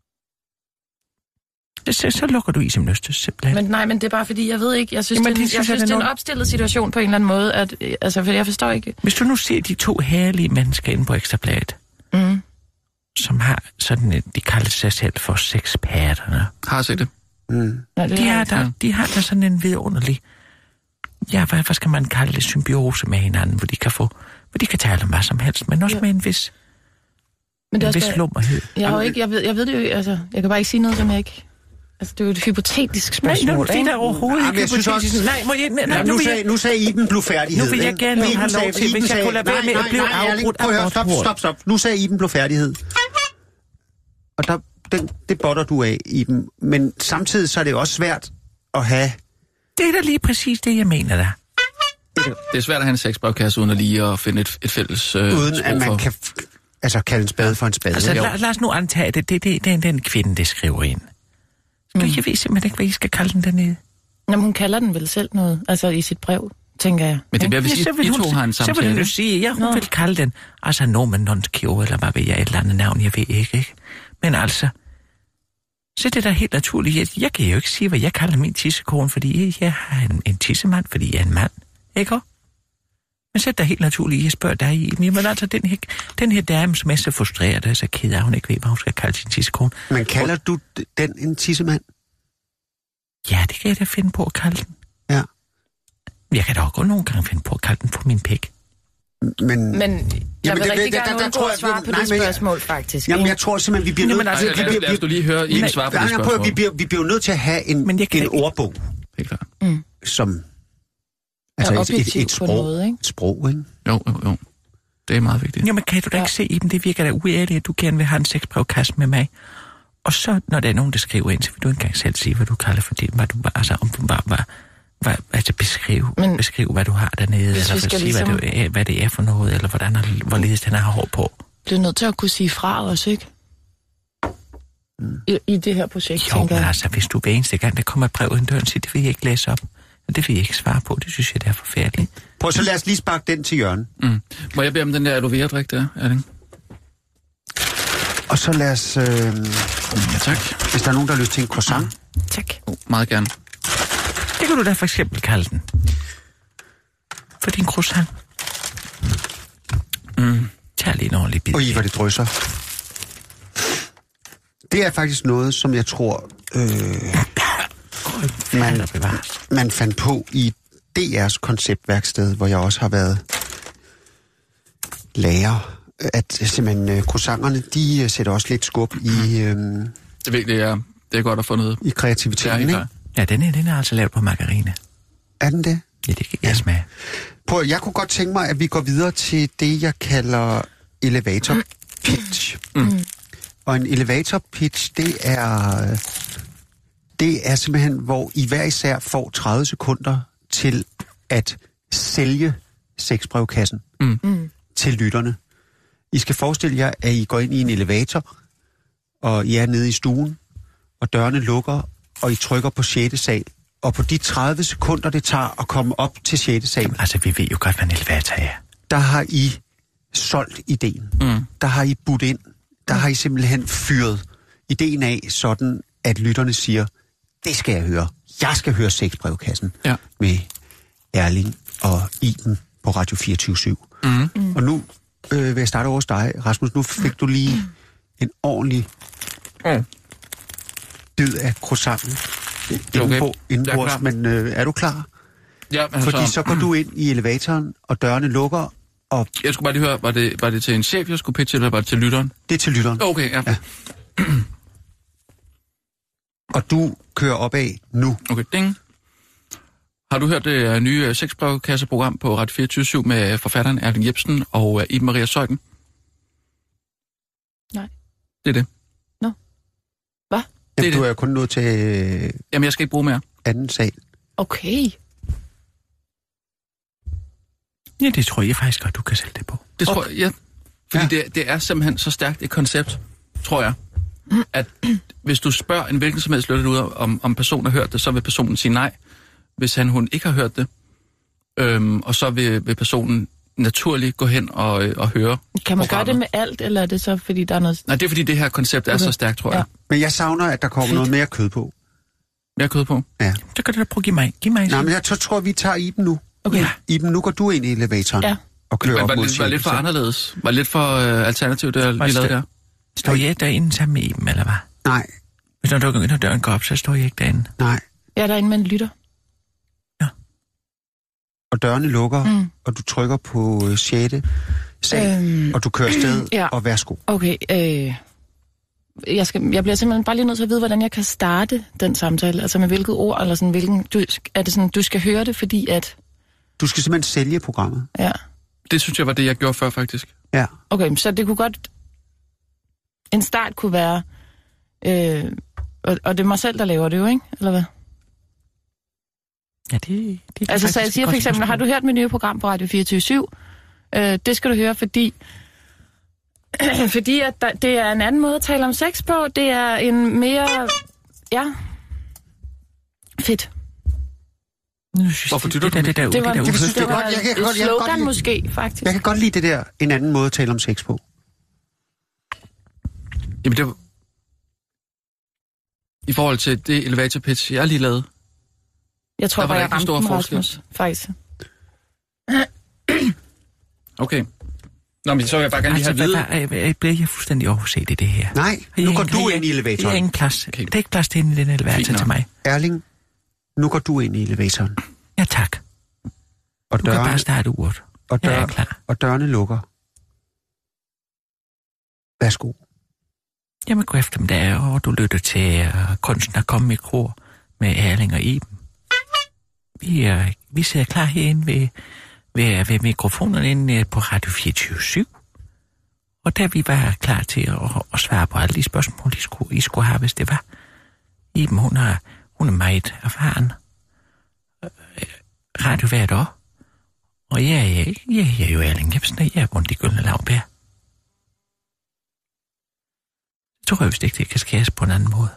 Så, så lukker du i som nøstes, simpelthen. Men nej, men det er bare fordi, jeg ved ikke, jeg synes, Jamen, det, det, jeg synes, jeg, det er en opstillet situation på en eller anden måde, at, altså, for jeg forstår ikke... Hvis du nu ser de to herlige mennesker inde på Ekstra Bladet, mm. som har sådan, de kalder sig selv for sexperterne. Har set det? Mm. Nej, det de, har der, de har der sådan en vidunderlig, ja, hvad, hvad skal man kalde det, symbiose med hinanden, hvor de kan få, hvor de kan tale om hvad som helst, men også ja. med en vis, men det en vis bare, lummerhed. Jeg, jo ikke, jeg, ved, jeg ved det jo, altså, jeg kan bare ikke sige noget, som jeg ikke... Altså, det er jo et hypotetisk spørgsmål, nej, nu, det er overhovedet ikke hypotetisk. Også... Nej, må jeg... Nej, ja, nu, nu, sagde, nu sagde Iben blufærdighed. Nu vil jeg gerne have lov sagde, til, hvis jeg kunne lade være med at blive afbrudt af botthorn. Stop, stop, stop. Nu sagde Iben blufærdighed. Og der, den, det botter du af, Iben. Men samtidig så er det jo også svært at have... Det er da lige præcis det, jeg mener der. Det er svært at have en sexbrevkasse uden at lige at finde et, et fælles øh, uden at man for. kan Altså kalde en spade for en spade. Altså ikke? lad, lad os nu antage det. Det, det, det er den kvinde, der skriver ind. Mm. Jeg ved simpelthen ikke, hvad I skal kalde den dernede. Jamen, hun kalder den vel selv noget, altså i sit brev, tænker jeg. Men det bliver, hvis Ja, I, så vil I hun- to har en Så samtale. vil du sige, ja, hun Nå. vil kalde den, altså Norman Nonskio, eller hvad ved jeg, et eller andet navn, jeg ved ikke, ikke? Men altså, så er det da helt naturligt. Jeg, jeg kan jo ikke sige, hvad jeg kalder min tissekone, fordi jeg har en, en tissemand, fordi jeg er en mand, ikke også? Men så er det da helt naturligt, jeg spørger dig i. Men altså, den her, den her dame, som er så frustreret og så ked af, at hun ikke ved, hvad hun skal kalde sin tissekone. Men kalder du d- den en tissemand? Ja, det kan jeg da finde på at kalde den. Ja. Jeg kan da også nogle gange finde på at kalde den på min pik. Men, Men jeg Jamen, vil det- rigtig det- der- gerne der undgå tror at jeg- svare på nej, det men jeg- spørgsmål, faktisk. jamen, ikke? jeg tror simpelthen, vi bliver Jamen, nødt altså, Ej, lad, lad os du lige høre I svare på Nej, det nej, prøv, spørgsmål. vi, bliver, vi bliver nødt til at have en, Men jeg kan en ikke- ordbog, Helt klart. som... Altså Altså et, et, objektiv et, på en sprog, måde, ikke? et sprog, ikke? Jo, jo, jo. Det er meget vigtigt. Jamen, kan du da ikke Ja. se, Iben, det virker da uærligt, at du gerne vil have en sexbrevkasse med mig. Og så, når der er nogen, der skriver ind, så vil du ikke engang selv sige, hvad du kalder for det. Hvad du bare, altså, om du bare, bare, bare altså beskrive, Men beskrive, hvad du har dernede, hvis eller vi for skal sige, ligesom- hvad, det er, hvad det er for noget, eller hvordan, hvorledes den har hår på. bliver nødt til at kunne sige fra os, ikke? I, i det her projekt, Jo, tænker men jeg. altså, hvis du hver eneste gang, der kommer et brev ind døren, siger, det vil jeg ikke læse op. Og det vil jeg ikke svare på. Det synes jeg, det er forfærdeligt. Prøv, så lad os lige sparke den til hjørne. Mm. Må jeg bede om den der aloe vera-drik der, Erling? Og så lad os... Øh, Ja, tak. hvis der er nogen, der har lyst til en croissant. Tak. Oh, meget gerne. Det kan du da for eksempel kalde den. For din croissant. Mm. Tag lige en ordentlig bid. Og i, hvor det drysser. Det er faktisk noget, som jeg tror, øh, man, Fader bevares. man fandt på i D R's konceptværksted, hvor jeg også har været lærer. At simpelthen øh, croissanterne, de øh, sætter også lidt skub i, øh, Det er virkelig, ja, det er godt at få noget. i kreativiteten, helt ikke? klart. Ja, den er, den er altså lavet på margarine. Er den det? Ja, det kan jeg smage. Prøv, jeg kunne godt tænke mig, at vi går videre til det, jeg kalder elevator pitch. Mm. Og en elevator pitch, det er, det er simpelthen, hvor I hver især får tredive sekunder til at sælge sexbrevkassen Mm. til lytterne. I skal forestille jer, at I går ind i en elevator, og I er nede i stuen, og dørene lukker, og I trykker på sjette sal. Og på de tredive sekunder, det tager at komme op til sjette sal, Jamen, altså, vi ved jo godt, hvad en elevator er. der har I solgt ideen. Mm. Der har I budt ind. Der har I simpelthen fyret ideen af, sådan at lytterne siger, det skal jeg høre. Jeg skal høre sexbrevkassen Ja. med Erling og Iben på Radio fireogtyve syv. Mm. Mm. Og nu øh, vil jeg starte over hos dig, Rasmus. Nu fik du lige en ordentlig Mm. bid af croissanten er okay. indenpå, indenbords, Jeg er klar. men øh, er du klar? Ja, altså, Fordi så går du ind i elevatoren, og dørene lukker, og jeg skulle bare lige høre, var det, var det til en chef, jeg skulle pitche, eller var det til lytteren? det er til lytteren. Okay, ja. Ja. Og du kører opad nu. Okay, ding. Har du hørt det uh, nye uh, sexbrevkasseprogram på Radio fireogtyve syv med forfatteren Erling Jepsen og uh, Iben Maria Zeuthen? Nej. Det er det. Jamen, det. du er kun nået til øh, Jamen, jeg skal ikke bruge mere. anden sal. Okay. Ja, det tror jeg faktisk godt, du kan sælge det på. Det tror jeg, ja. Fordi Ja. ja. det, det er simpelthen så stærkt et koncept, tror jeg, at hvis du spørger en hvilken som helst lytter ud, om, om personen har hørt det, så vil personen sige nej, hvis han hun ikke har hørt det. Øhm, og så vil, vil personen naturligt gå hen og, øh, og høre Kan man gøre programmet. det med alt, eller er det så, fordi der er noget... Nej, det er fordi det her koncept er Okay. så stærkt, tror jeg. Ja. Ja. Men jeg savner, at der kommer Fedt. noget mere kød på. Mere kød på. Ja. Så kan du da prøve at give mig. Giv mig en Nej, Nej, men jeg tror, tror vi tager Iben nu. Okay. Ja. Iben, nu går du ind i elevatoren Ja. og kører Men op var, mod lidt, var lidt for sjette sal. anderledes. Var lidt for øh, alternativt, det jeg lige lavede der. Står jeg derinde sammen med Iben, eller hvad? Nej, Hvis når, når døren går op, så står jeg ikke derinde. nej. Jeg er derinde med en lytter. Og dørene lukker, Mm. mm. og du trykker på øh, sjette sal, Øhm, og du kører afsted, ja. og værsgo. Okay, øh, jeg, skal, jeg bliver simpelthen bare lige nødt til at vide, hvordan jeg kan starte den samtale. Altså med hvilket ord, eller sådan, hvilken... Du, er det sådan, du skal høre det, fordi at... Du skal simpelthen sælge programmet. Ja, Det synes jeg var det, jeg gjorde før, faktisk. Ja. okay, så det kunne godt... En start kunne være... Øh, og, og det er mig selv, der laver det jo, ikke? Eller hvad? Ja, det, det er Altså, så jeg faktisk siger et for godt eksempel, spørgsmål. har du hørt mit nye program på Radio fireogtyve syv? Øh, det skal du høre, fordi... Fordi at der, det er en anden måde at tale om sex på. Det er en mere... Ja. Fedt. Hvorfor dytter du det, det, der, det var, det der, det, synes, det er det var godt. Jeg kan et godt- jeg kan godt slogan lide- måske, faktisk. Jeg kan godt lide det der, en anden måde at tale om sex på. Jamen det var... I forhold til det elevator pitch, jeg lige lavede. Jeg tror Der var bare, der jeg ikke en ramte stor den, forskel. Rasmus, faktisk. Okay. Nå, men så vil jeg bare gerne lige Altså, have hvad, at vide... hvad, jeg, jeg bliver jeg fuldstændig overset i det her. Nej, Har I nu ingen- går du har I- ind i Jeg elevatoren. har ingen plads. Okay. Der er ikke plads til ind i den elevator Fint nok. til mig. Erling, nu går du ind i elevatoren. Ja, tak. Og Du kan dørene, bare starte uret. og, Jeg er dør, klar. og dørene lukker. Værsgo. Jamen, god eftermiddag, og du lytter til uh, Kunsten at komme i kor med Erling og Iben. Vi, uh, vi sidder klar herinde ved, ved, ved mikrofonerne inde på Radio fireogtyve syv. Og der vi var klar til at, at svare på alle de spørgsmål, I skulle, I skulle have, hvis det var. Iben, hun er, hun er meget erfaren. Uh, radiovært også. Og jeg, jeg, jeg, jeg er jo Erling Jebsen, og jeg er rundt i Gyldne Lavbær. Jeg tror jeg vist ikke, det kan skæres på en anden måde.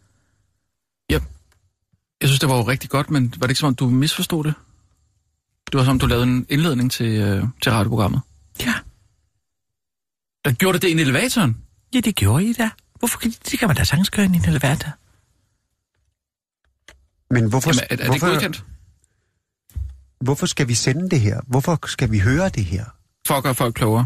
Jeg synes, det var jo rigtig godt, men var det ikke som om, du misforstod det? Det var som om, du lavede en indledning til, øh, til radioprogrammet. Ja. Der gjorde det det i elevatoren? Ja, det gjorde I da. Hvorfor kan, det kan man da sagtens gøre i en elevator? Men hvorfor, Jamen, er, er det hvorfor, godkendt? hvorfor skal vi sende det her? Hvorfor skal vi høre det her? For at gøre folk klogere.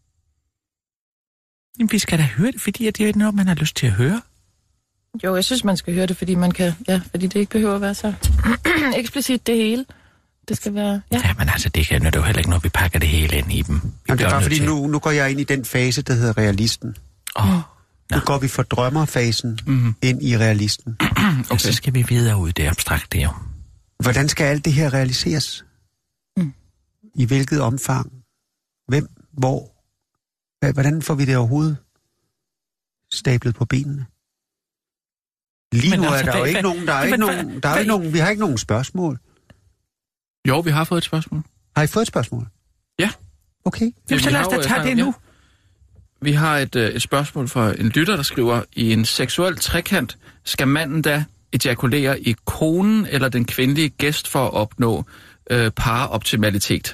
Jamen, vi skal da høre det, fordi det er noget, man har lyst til at høre. Jo, jeg synes, man skal høre det, fordi man kan... Ja, fordi det ikke behøver at være så eksplicit det hele. Det skal være... Ja. Ja, men altså, det kan jo heller ikke, når vi pakker det hele ind i dem. Vi Jamen, det er bliver bare nødt fordi, til- nu, nu går jeg ind i den fase, der hedder realisten. Åh, oh, Nu går vi fra drømmerfasen Mm-hmm. ind i realisten. okay. Så skal vi videre ud i det abstrakte, jo. Hvordan skal alt det her realiseres? Mm. I hvilket omfang? Hvem? Hvor? Hva- Hvordan får vi det overhovedet stablet på benene? Lige Men nu altså, er der jo hvad- ikke hvad- nogen, der er men ikke hvad- nogen, der er hvad- ikke nogen, vi har ikke nogen spørgsmål. Jo, vi har fået et spørgsmål. Har I fået et spørgsmål? Ja. Okay. Jamen, så vi lad os har da jo tage snakket det om- nu. Vi har et, øh, et spørgsmål fra en lytter, der skriver, i en seksuel trekant skal manden da ejakulere i konen eller den kvindelige gæst for at opnå øh, paroptimalitet?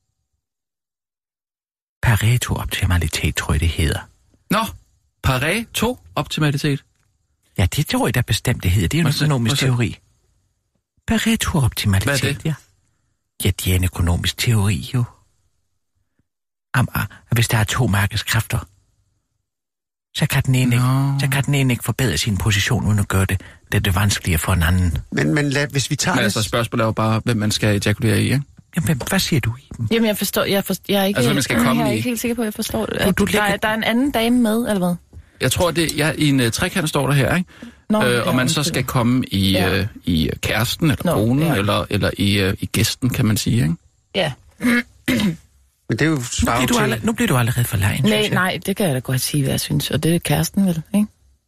Pareto-optimalitet, tror jeg, det hedder. Nå, Pareto-optimalitet. Ja, det tror jeg da bestemt, det hedder. Det er jo en Hvad så- økonomisk hvad så? teori. Pareto-optimalitet, Hvad er det? ja. Ja, det er en økonomisk teori, jo. Am, ah, hvis der er to markedskræfter, så kan den ene, ikke, Nå. så kan den ene ikke forbedre sin position, uden at gøre det, det er det vanskeligere for en anden. Men, men lad, hvis vi tager Men det... altså, spørgsmålet er jo bare, hvem man skal ejakulere i, ikke? Jamen, hvad siger du, Iben? Jamen, jeg forstår... Jeg, forstår, jeg er ikke, Altså, man skal komme jeg er i- ikke helt sikker på, at jeg forstår det. Du- du der, lægger- er, der er en anden dame med, eller hvad? Jeg tror, det ja, i en uh, trekant står der her, ikke? Nå, øh, ja, og man så undskyld. skal komme i, Ja. øh, i kæresten, eller Nå, konen, ja. eller, eller i, øh, i gæsten, kan man sige, ikke? Ja. Men det er jo Nu svaret bliver, du til... allerede, nu bliver du allerede for lejen, Nej, synes jeg. nej, det kan jeg da godt sige, hvad jeg synes. Og det er kæresten vel, ikke?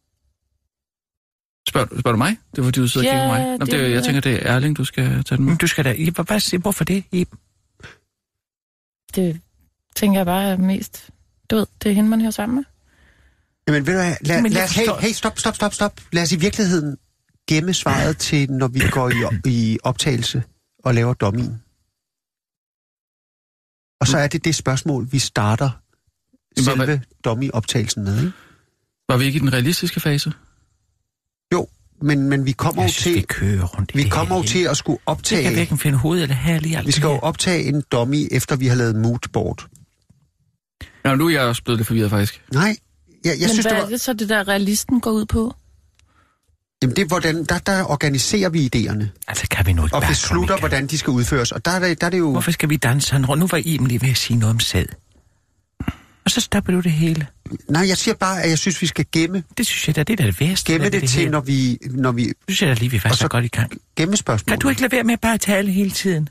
Spørg, spørger du mig? Det var fordi, du sidder og Ja, kigger på mig. Nå, det, det- jeg tænker, det er Erling, du skal tage den med. Men du skal da... I- Hvad, hvad, hvorfor det, Iben? Det tænker jeg bare er mest... Du ved, det er hende, man hører sammen med. Jamen ved du hvad, lad, Men lad jeg os, hey, forstår- hey, stop, stop, stop, stop. Lad os i virkeligheden gemme svaret til, når vi går i, op- i optagelse og laver dommen. Og så er det det spørgsmål, vi starter Jamen, hvad- selve dummy-optagelsen med, ikke? Var vi ikke i den realistiske fase? Jo, men, men vi kommer jo Jeg synes, vi til, kører rundt i vi det kommer jo her. til at skulle Det kan optage... hverken finde hoved eller her lige alt Vi skal det jo her. optage en dummy, efter vi har lavet moodboard. Ja, nu er jeg også blevet lidt forvirret, faktisk. Nej, jeg, jeg Men synes, hvad det er var... det så, det der realisten går ud på? Jamen, det er, hvordan, der, der organiserer vi idéerne, Altså, kan vi nu ikke og bare beslutter, komme i gang? hvordan de skal udføres. Og der er det, der er det jo... Hvorfor skal vi danse sådan rundt? Nu var Iben lige ved at sige noget om sæd. Og så stopper du det hele. Nej, jeg siger bare, at jeg synes, vi skal gemme, Det synes jeg da, det er da det værste. gemme ved det til, hele. når vi, når vi Det synes jeg da lige, vi var Og så, så- så godt i gang. gemme spørgsmål. Kan du ikke lade være med bare at tale hele tiden?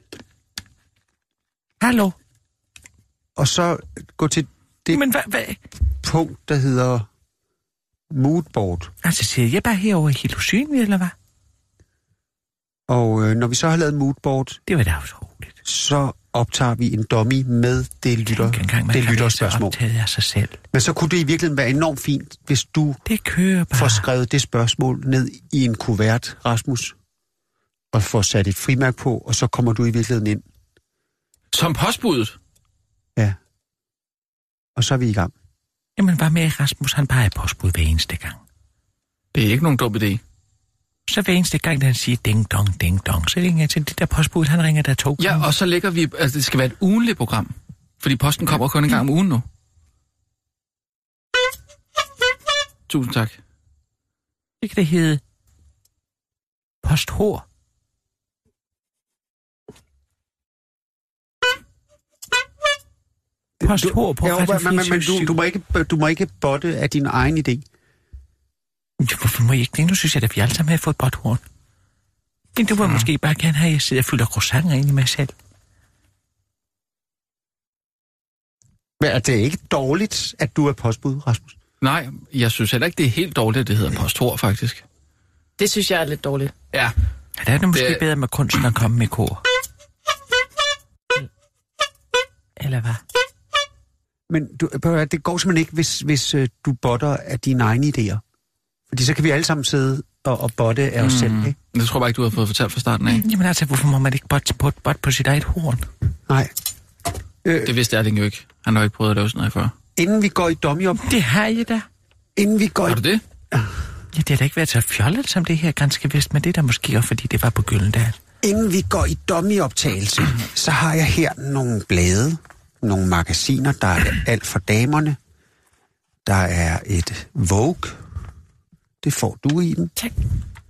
Hallo? Og så gå til det Men hvad, hvad? punkt, der hedder moodboard. Altså, sidder jeg bare herovre i helt usynlig, eller hvad? Og øh, når vi så har lavet moodboard, Det var da utroligt. så optager vi en dummy med det lytter, det lytterspørgsmål. Optaget af sig selv. Men så kunne det i virkeligheden være enormt fint, hvis du det kører bare. får skrevet det spørgsmål ned i en kuvert, Rasmus, og får sat et frimærke på, og så kommer du i virkeligheden ind. Som postbuddet? Ja. Og så er vi i gang. Jamen, hvad med Rasmus? Han bare er postbud hver eneste gang. Det er ikke nogen dum idé. Så hver eneste gang, han siger ding dong, ding dong, så ringer jeg til det der postbud, han ringer der to gange. Ja, og så lægger vi, altså det skal være et ugenligt program, fordi posten kommer kun en gang om ugen nu. Tusind tak. Det kan det hedde posthår. Posthår på ja, men, men, men du, du, må ikke, du må ikke botte af din egen idé. Hvorfor må jeg ikke det? Nu synes jeg, at vi alle sammen har fået botthorn. Men du må mm. måske bare gerne have, at jeg sidder og fylder croissanter ind i mig selv. Men er det ikke dårligt, at du er postbud, Rasmus? Nej, jeg synes heller ikke, det er helt dårligt, at det hedder posthår, faktisk. Det synes jeg er lidt dårligt. Ja. Ja, der er det måske det... bedre med kunsten at komme med kor. Eller hvad? Men du, det går simpelthen ikke, hvis, hvis uh, du botter af dine egne idéer. Fordi så kan vi alle sammen sidde og, og botte af os mm. selv, ikke? Det tror jeg bare ikke, du har fået fortalt fra starten af. Jamen altså, hvorfor må man ikke botte på, bot på sit eget horn? Nej. Øh, det vidste Erling jo ikke. Han har jo ikke prøvet at lave sådan noget før. Inden vi går i dummy op... Det har jeg da. Inden vi går har du det? Ja, det har da ikke været så fjollet som det her, ganske vist, men det er da måske også, fordi det var på Gyldendal. Inden vi går i dummy-optagelse, så har jeg her nogle blade, nogle magasiner, der er alt for damerne. Der er et Vogue. Det får du i den. Tak.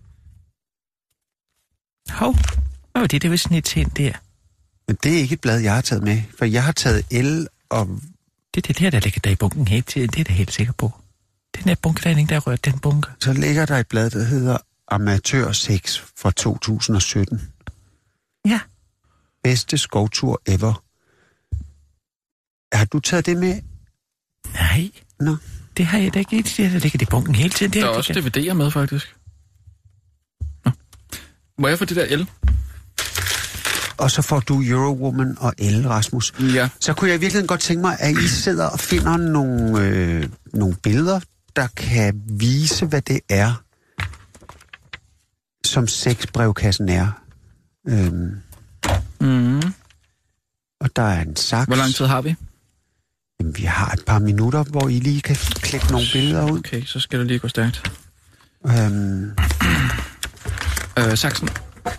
Hov, hvad var det, det var sådan et tænd der? Men det er ikke et blad, jeg har taget med, for jeg har taget el og... Det er det der, der ligger der i bunken helt til, det er jeg helt sikker på. Den der bunke, der er ingen, der har rørt den bunke. Så ligger der et blad, der hedder Amatør sex fra to tusind og sytten. Ja. Bedste skovtur ever. Har du taget det med? Nej. Nå. Det har jeg da ikke. Det der ligger i bunken hele tiden. Der er også D V D'er med, faktisk. Nå. Må jeg få det der el? Og så får du Eurowoman og el, Rasmus. Ja. Så kunne jeg i virkeligheden godt tænke mig, at I sidder og finder nogle, øh, nogle billeder, der kan vise, hvad det er, som sexbrevkassen er. Øhm. Mm. Og der er en saks. Hvor lang tid har vi? Jamen, vi har et par minutter, hvor I lige kan klippe nogle billeder ud. Okay, så skal det lige gå stærkt. Øhm. Øh, saksen.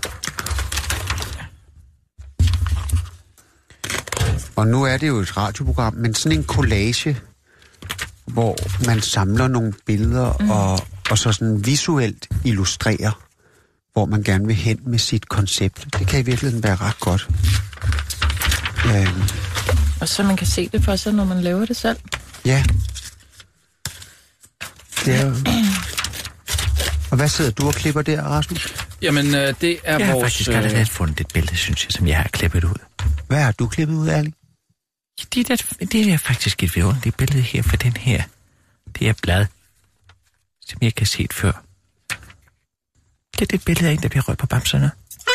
Og nu er det jo et radioprogram, men sådan en collage, hvor man samler nogle billeder mm. og, og så sådan visuelt illustrerer, hvor man gerne vil hen med sit koncept. Det kan i virkeligheden være ret godt. Øhm. Og så man kan se det for sig, når man laver det selv. Ja. Det er jo... Og hvad sidder du og klipper der, Rasmus? Jamen, øh, det er jeg vores... Jeg har faktisk allerede fundet et billede, synes jeg, som jeg har klippet ud. Hvad har du klippet ud, Erling? Det er, det er faktisk et vidunderligt billede her for den her. Det er blad, som jeg ikke har set før. Det er et billede af en, der bliver rødt på bamserne.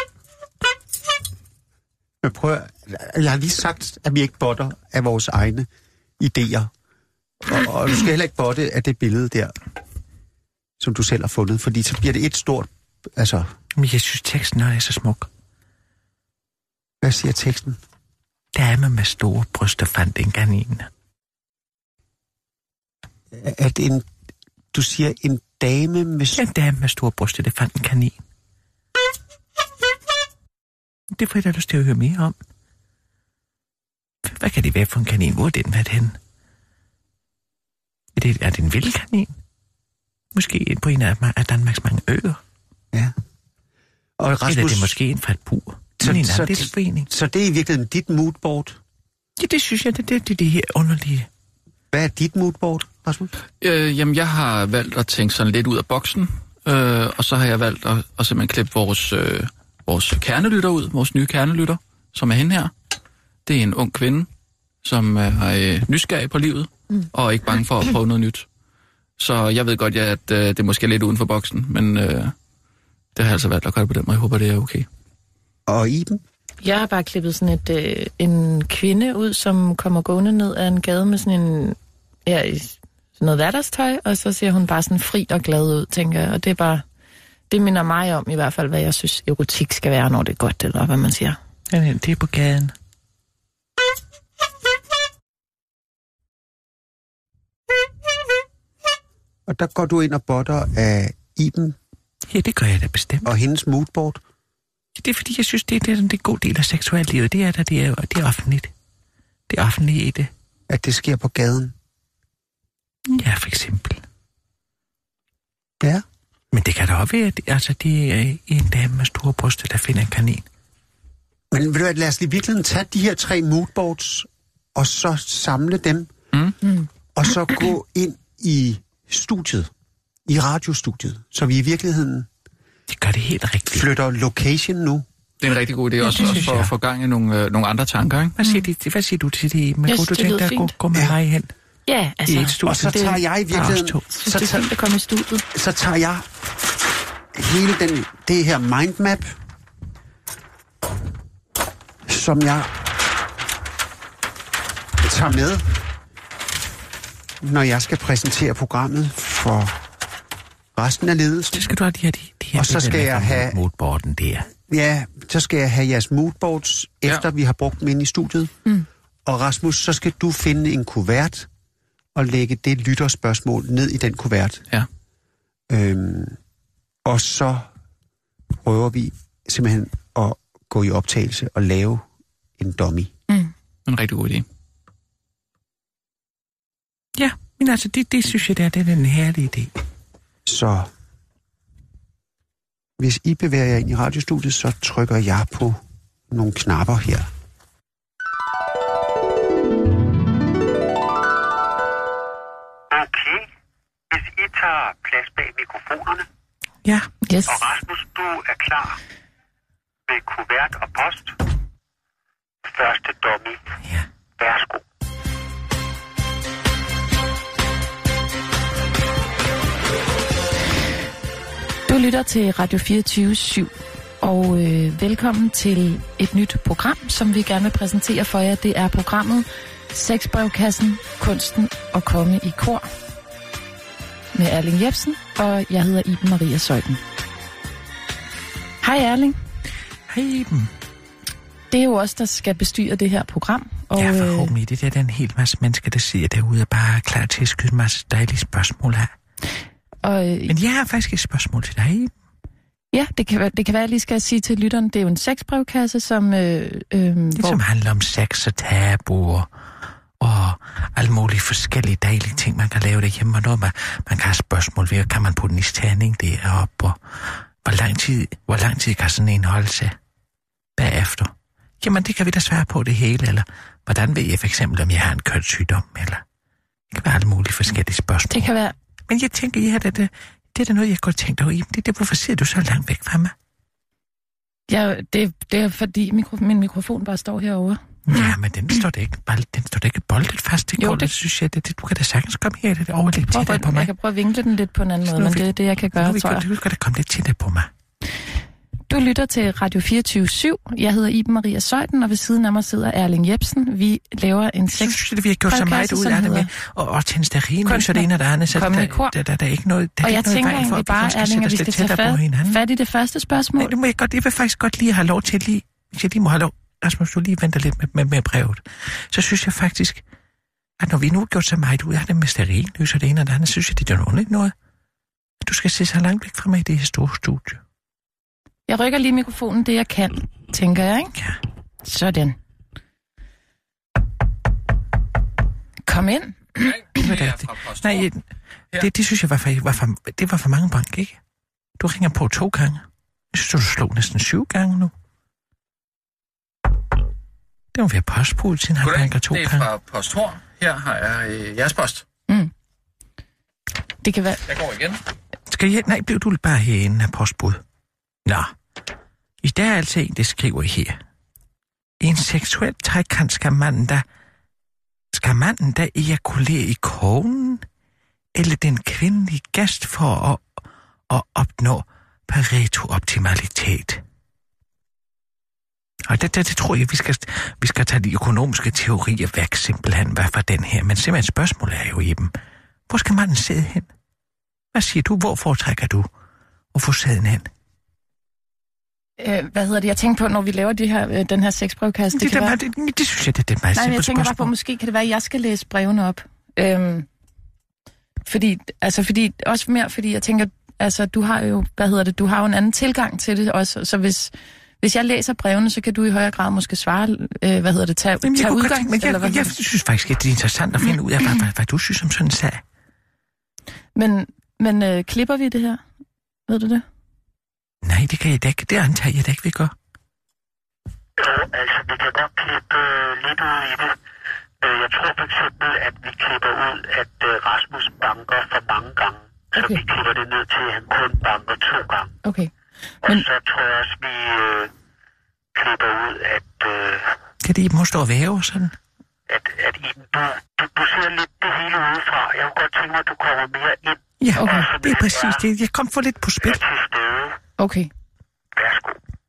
Men prøv, jeg har lige sagt, at vi ikke botter af vores egne idéer. Og, og du skal heller ikke botte af det billede der, som du selv har fundet, fordi så bliver det et stort, altså... Men jeg synes, teksten er så smuk. Hvad siger teksten? Dame med store bryster fandt en kanin. At en... Du siger en dame med... En dame med store bryster, det fandt en kanin. Det får jeg da lyst til at høre mere om. Hvad kan det være for en kanin? Hvor er den været henne? Er det, er det en vild kanin? Måske på en af Danmarks mange øer? Ja. Og Rasmus... Eller er det måske en fra et bur? Så, en så, det, så det er i virkeligheden dit moodboard? Ja, det synes jeg, det er det, det, det her underlige. Hvad er dit moodboard, Rasmus? Øh, jamen, jeg har valgt at tænke sådan lidt ud af boksen, øh, og så har jeg valgt at, at simpelthen klippe vores, øh, vores kernelytter ud, vores nye kernelytter, som er hende her. Det er en ung kvinde, som er øh, nysgerrig på livet, mm. og ikke bange for at prøve noget nyt. Så jeg ved godt, ja, at øh, det er måske lidt uden for boksen, men øh, det har jeg altså valgt at gøre på den måde. Jeg håber, det er okay. Og Iben? Jeg har bare klippet sådan et, øh, en kvinde ud, som kommer gående ned ad en gade med sådan en, ja, sådan noget hverdagstøj, og så ser hun bare sådan fri og glad ud, tænker jeg. Og det er bare, det minder mig om i hvert fald, hvad jeg synes erotik skal være, når det er godt, eller hvad man siger. Ja, det er på gaden. Og der går du ind og botter af Iben. Ja, det gør jeg da bestemt. Og hendes moodboard. Det er fordi, jeg synes, det er, det er en god del af seksuallivet. Det er der, det er, det er offentligt. Det er offentligt i det. At det sker på gaden. Ja, for eksempel. Ja. Men det kan da også være, at altså, det er en dame med store bryster, der finder en kanin. Men vil du hvad, lad os lige virkelig tage de her tre moodboards, og så samle dem, Mm. Mm. og så gå ind i studiet, i radiostudiet, så vi i virkeligheden Det gør det helt rigtigt. flytter location nu. Det er en rigtig god idé, også, det også synes for at jeg. få gang i nogle, øh, nogle andre tanker, ikke? Hvad siger, de, hvad siger du til det? Men Jeg kunne synes, du det tænke dig lyder at gå, fint. gå med Ja. mig hen Ja, altså, i et studie? Og så tager jeg i virkeligheden, to. så så, det er tager, fint at komme i studiet. så tager jeg hele den, det her mindmap, som jeg tager med, når jeg skal præsentere programmet for resten af ledelsen. Så skal du have de her, de, de her Og så skal jeg have- moodboarden der. Ja, så skal jeg have jeres moodboards, Ja. efter vi har brugt dem inde i studiet. Mm. Og Rasmus, så skal du finde en kuvert og lægge det lytterspørgsmål ned i den kuvert. Ja. Øhm, og så prøver vi simpelthen at gå i optagelse og lave en dummy. Mm. En rigtig god idé. Ja, men altså, det, det synes jeg, det er, det er en herlig idé. Så hvis I bevæger jer ind i radiostudiet, så trykker jeg på nogle knapper her. Okay. Hvis I tager plads bag mikrofonerne, Ja, Yes. og Rasmus, du er klar med kuvert og post. Første dummy. ja. Værsgo. Du lytter til Radio fireogtyve syv, og øh, velkommen til et nyt program, som vi gerne vil præsentere for jer. Det er programmet Sexbrevkassen, kunsten at komme i kor med Erling Jepsen, og jeg hedder Iben Maria Zeuthen. Hej Erling. Hej Iben. Det er jo os, der skal bestyre det her program. Og, Ja, øh, forhåbentlig. Det er der en hel masse mennesker, der sidder derude og bare er klar til at skyde en masse dejlige spørgsmål her. og, øh, Men jeg har faktisk et spørgsmål til dig, Iben. ja, det kan, være, det kan være, at jeg lige skal sige til lytteren, det er jo en sexbrevkasse, som... Øh, øh, Det hvor, som handler om sex og tabuer og alle mulige forskellige dejlige ting, man kan lave derhjemme. Og noget, man, man kan have spørgsmål ved, kan man putte en isterning deroppe, og hvor lang tid, hvor lang tid kan sådan en holde sig bagefter? Jamen, det kan vi da svare på det hele, eller hvordan ved jeg for eksempel, om jeg har en kønssygdom, eller det kan være alle mulige forskellige spørgsmål. det kan være... Men jeg tænker, ja, det, det, det er da noget, jeg godt tænkt over. Iben. Det er det, hvorfor sidder du så langt væk fra mig? Ja, det, det er fordi mikro, min mikrofon bare står herovre. Ja, men den står da ikke, bare, den står da ikke boldet fast til Jo, gulvet, det- synes jeg. Det, det, du kan da sagtens komme her lidt over lidt Prøv, tættere på jeg mig. kan prøve at vinkle den lidt på en anden Så måde, nu men vi- det er det, jeg kan Nu gøre, vi tror jeg. du skal da komme lidt tættere på mig. Du lytter til Radio fireogtyve syv. Jeg hedder Iben Maria Zeuthen, og ved siden af mig sidder Erling Jepsen. Vi laver en Så sex... synes jeg, at vi har gjort så meget podcast, ud som af det med, hedder og, og tænde stearin, Kunsten så det ene og det andet, så komme i der, kor. der, der, der er ikke noget, der er Og jeg ikke noget tænker i vejen for, egentlig at vi bare, faktisk Erling, skal at vi sætte skal os tage tættere på fat, hinanden. fat i det første spørgsmål. Nej, det må jeg godt, jeg vil faktisk godt lige have lov til lige, hvis jeg lige må have lov, Rasmus, du lige venter lidt med, med, med brevet, så synes jeg faktisk, at når vi nu har gjort så meget ud af det med stearinlys og det ene og det andet, synes jeg, det er noget noget. Du skal se så langt væk fra mig i det her store studie. Jeg rykker lige mikrofonen, det jeg kan, tænker jeg, ikke? Ja. Sådan. Kom ind. Det var da, det, nej, jeg- det, det synes jeg var for, var for, det var for mange bank, ikke? Du ringer på to gange. Jeg synes, du slog næsten syv gange nu. Det må være postbud, siden han banker to det er gange. fra Posthorn. Her har jeg øh, jeres post. Mm. Det kan være... Jeg går igen. Skal jeg? Nej, blev du bare herinde af postbud. Nå. I der er altså en, der skriver her. I en seksuel trekant skal manden der... Skal manden der ejakulere i konen? Eller den kvindelige gæst for at, at opnå Pareto-optimalitet? Og det, det, det tror jeg, vi skal, vi skal tage de økonomiske teorier væk simpelthen, hvad for den her. Men simpelthen spørgsmålet er jo i dem. Hvor skal manden sidde hen? Hvad siger du? Hvor foretrækker du at få sæden hen? Øh, hvad hedder det? Jeg tænker på, når vi laver de her, øh, den her sexbrevkast. Det, Det, det, være... det, det, det synes jeg, det er et meget Nej, men jeg simpelt tænker bare spørgsmål. på, måske kan det være, at jeg skal læse brevene op. Øhm, fordi, altså fordi, også mere fordi jeg tænker, altså du har jo, hvad hedder det, du har jo en anden tilgang til det også, så hvis, hvis jeg læser brevene, så kan du i højere grad måske svare, øh, hvad hedder det, tage, Jamen, tage jeg udgang. Godt, men jeg, eller hvad jeg, jeg synes faktisk, at det er interessant at finde ud af, hvad, hvad, hvad du synes om sådan en sag. Men, men øh, klipper vi det her? Ved du det? Nej, det kan jeg da ikke. Det antager jeg da ikke, vi gør. Jo, altså, vi kan godt klippe øh, lidt ud i det. Øh, jeg tror for eksempel, at vi klipper ud, at øh, Rasmus banker for mange gange. Så Okay. vi klipper det ned til, at han kun banker to gange. Okay. Og Men- så tror jeg også, vi øh, klipper ud, at, øh, Kan det ikke må stå og væve sådan? at, at Iben, du, du, du ser lidt det hele udefra. Jeg kunne godt tænke mig, at du kommer mere ind Ja, Okay. det er præcis det. Jeg kom for lidt på er spil. til stede. Okay. Værsgo.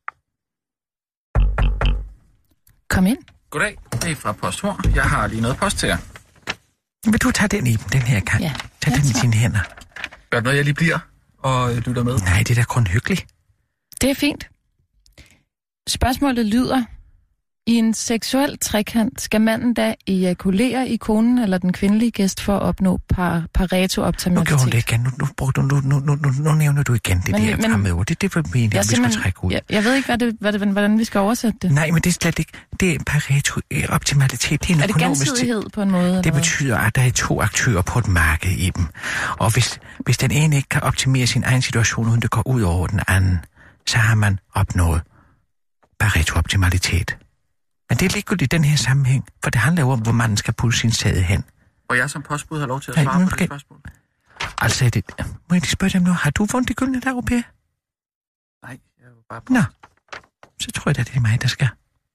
Kom ind. Goddag, det er fra Posthor. Jeg har lige noget post til jer. Vil du tage den i den her gang? Ja. Tag Ja, den i tak. dine hænder. Er det noget, jeg lige bliver og øh, lytter med? Nej, det er da kun hyggeligt. Det er fint. Spørgsmålet lyder, i en seksuel trekant skal manden da ejakulere i konen eller den kvindelige gæst for at opnå par, Nu Pareto-optimalitet? gjorde hun det igen. Nu, nu, nu, nu, nu, nu, nu, nu nævner du igen det Men- der men- fremmede ord. Det er det, vi mener, Jeg, vi skal simpelthen- trække ud. jeg, jeg ved ikke, hvad det, hvad det, hvordan vi skal oversætte det. Nej, men det er slet ikke. Det er Pareto-optimalitet. Det er en Er det økonomisk ting. gensidighed på en måde? Eller Det hvad? betyder, at der er to aktører på et marked i dem. Og hvis, hvis den ene ikke kan optimere sin egen situation, uden det går ud over den anden, så har man opnået Pareto-optimalitet. Men det er ligegyldigt i den her sammenhæng, for det handler jo om, hvor man skal putte sin sæde hen. Og jeg som postbud har lov til at Nej, svare nu på skal- det spørgsmål? Altså, er det, må jeg lige spørge dem nu, har du vundet det gyldne dag, Per? Nej, jeg er jo bare... Nå, så tror jeg da, det er mig, der skal.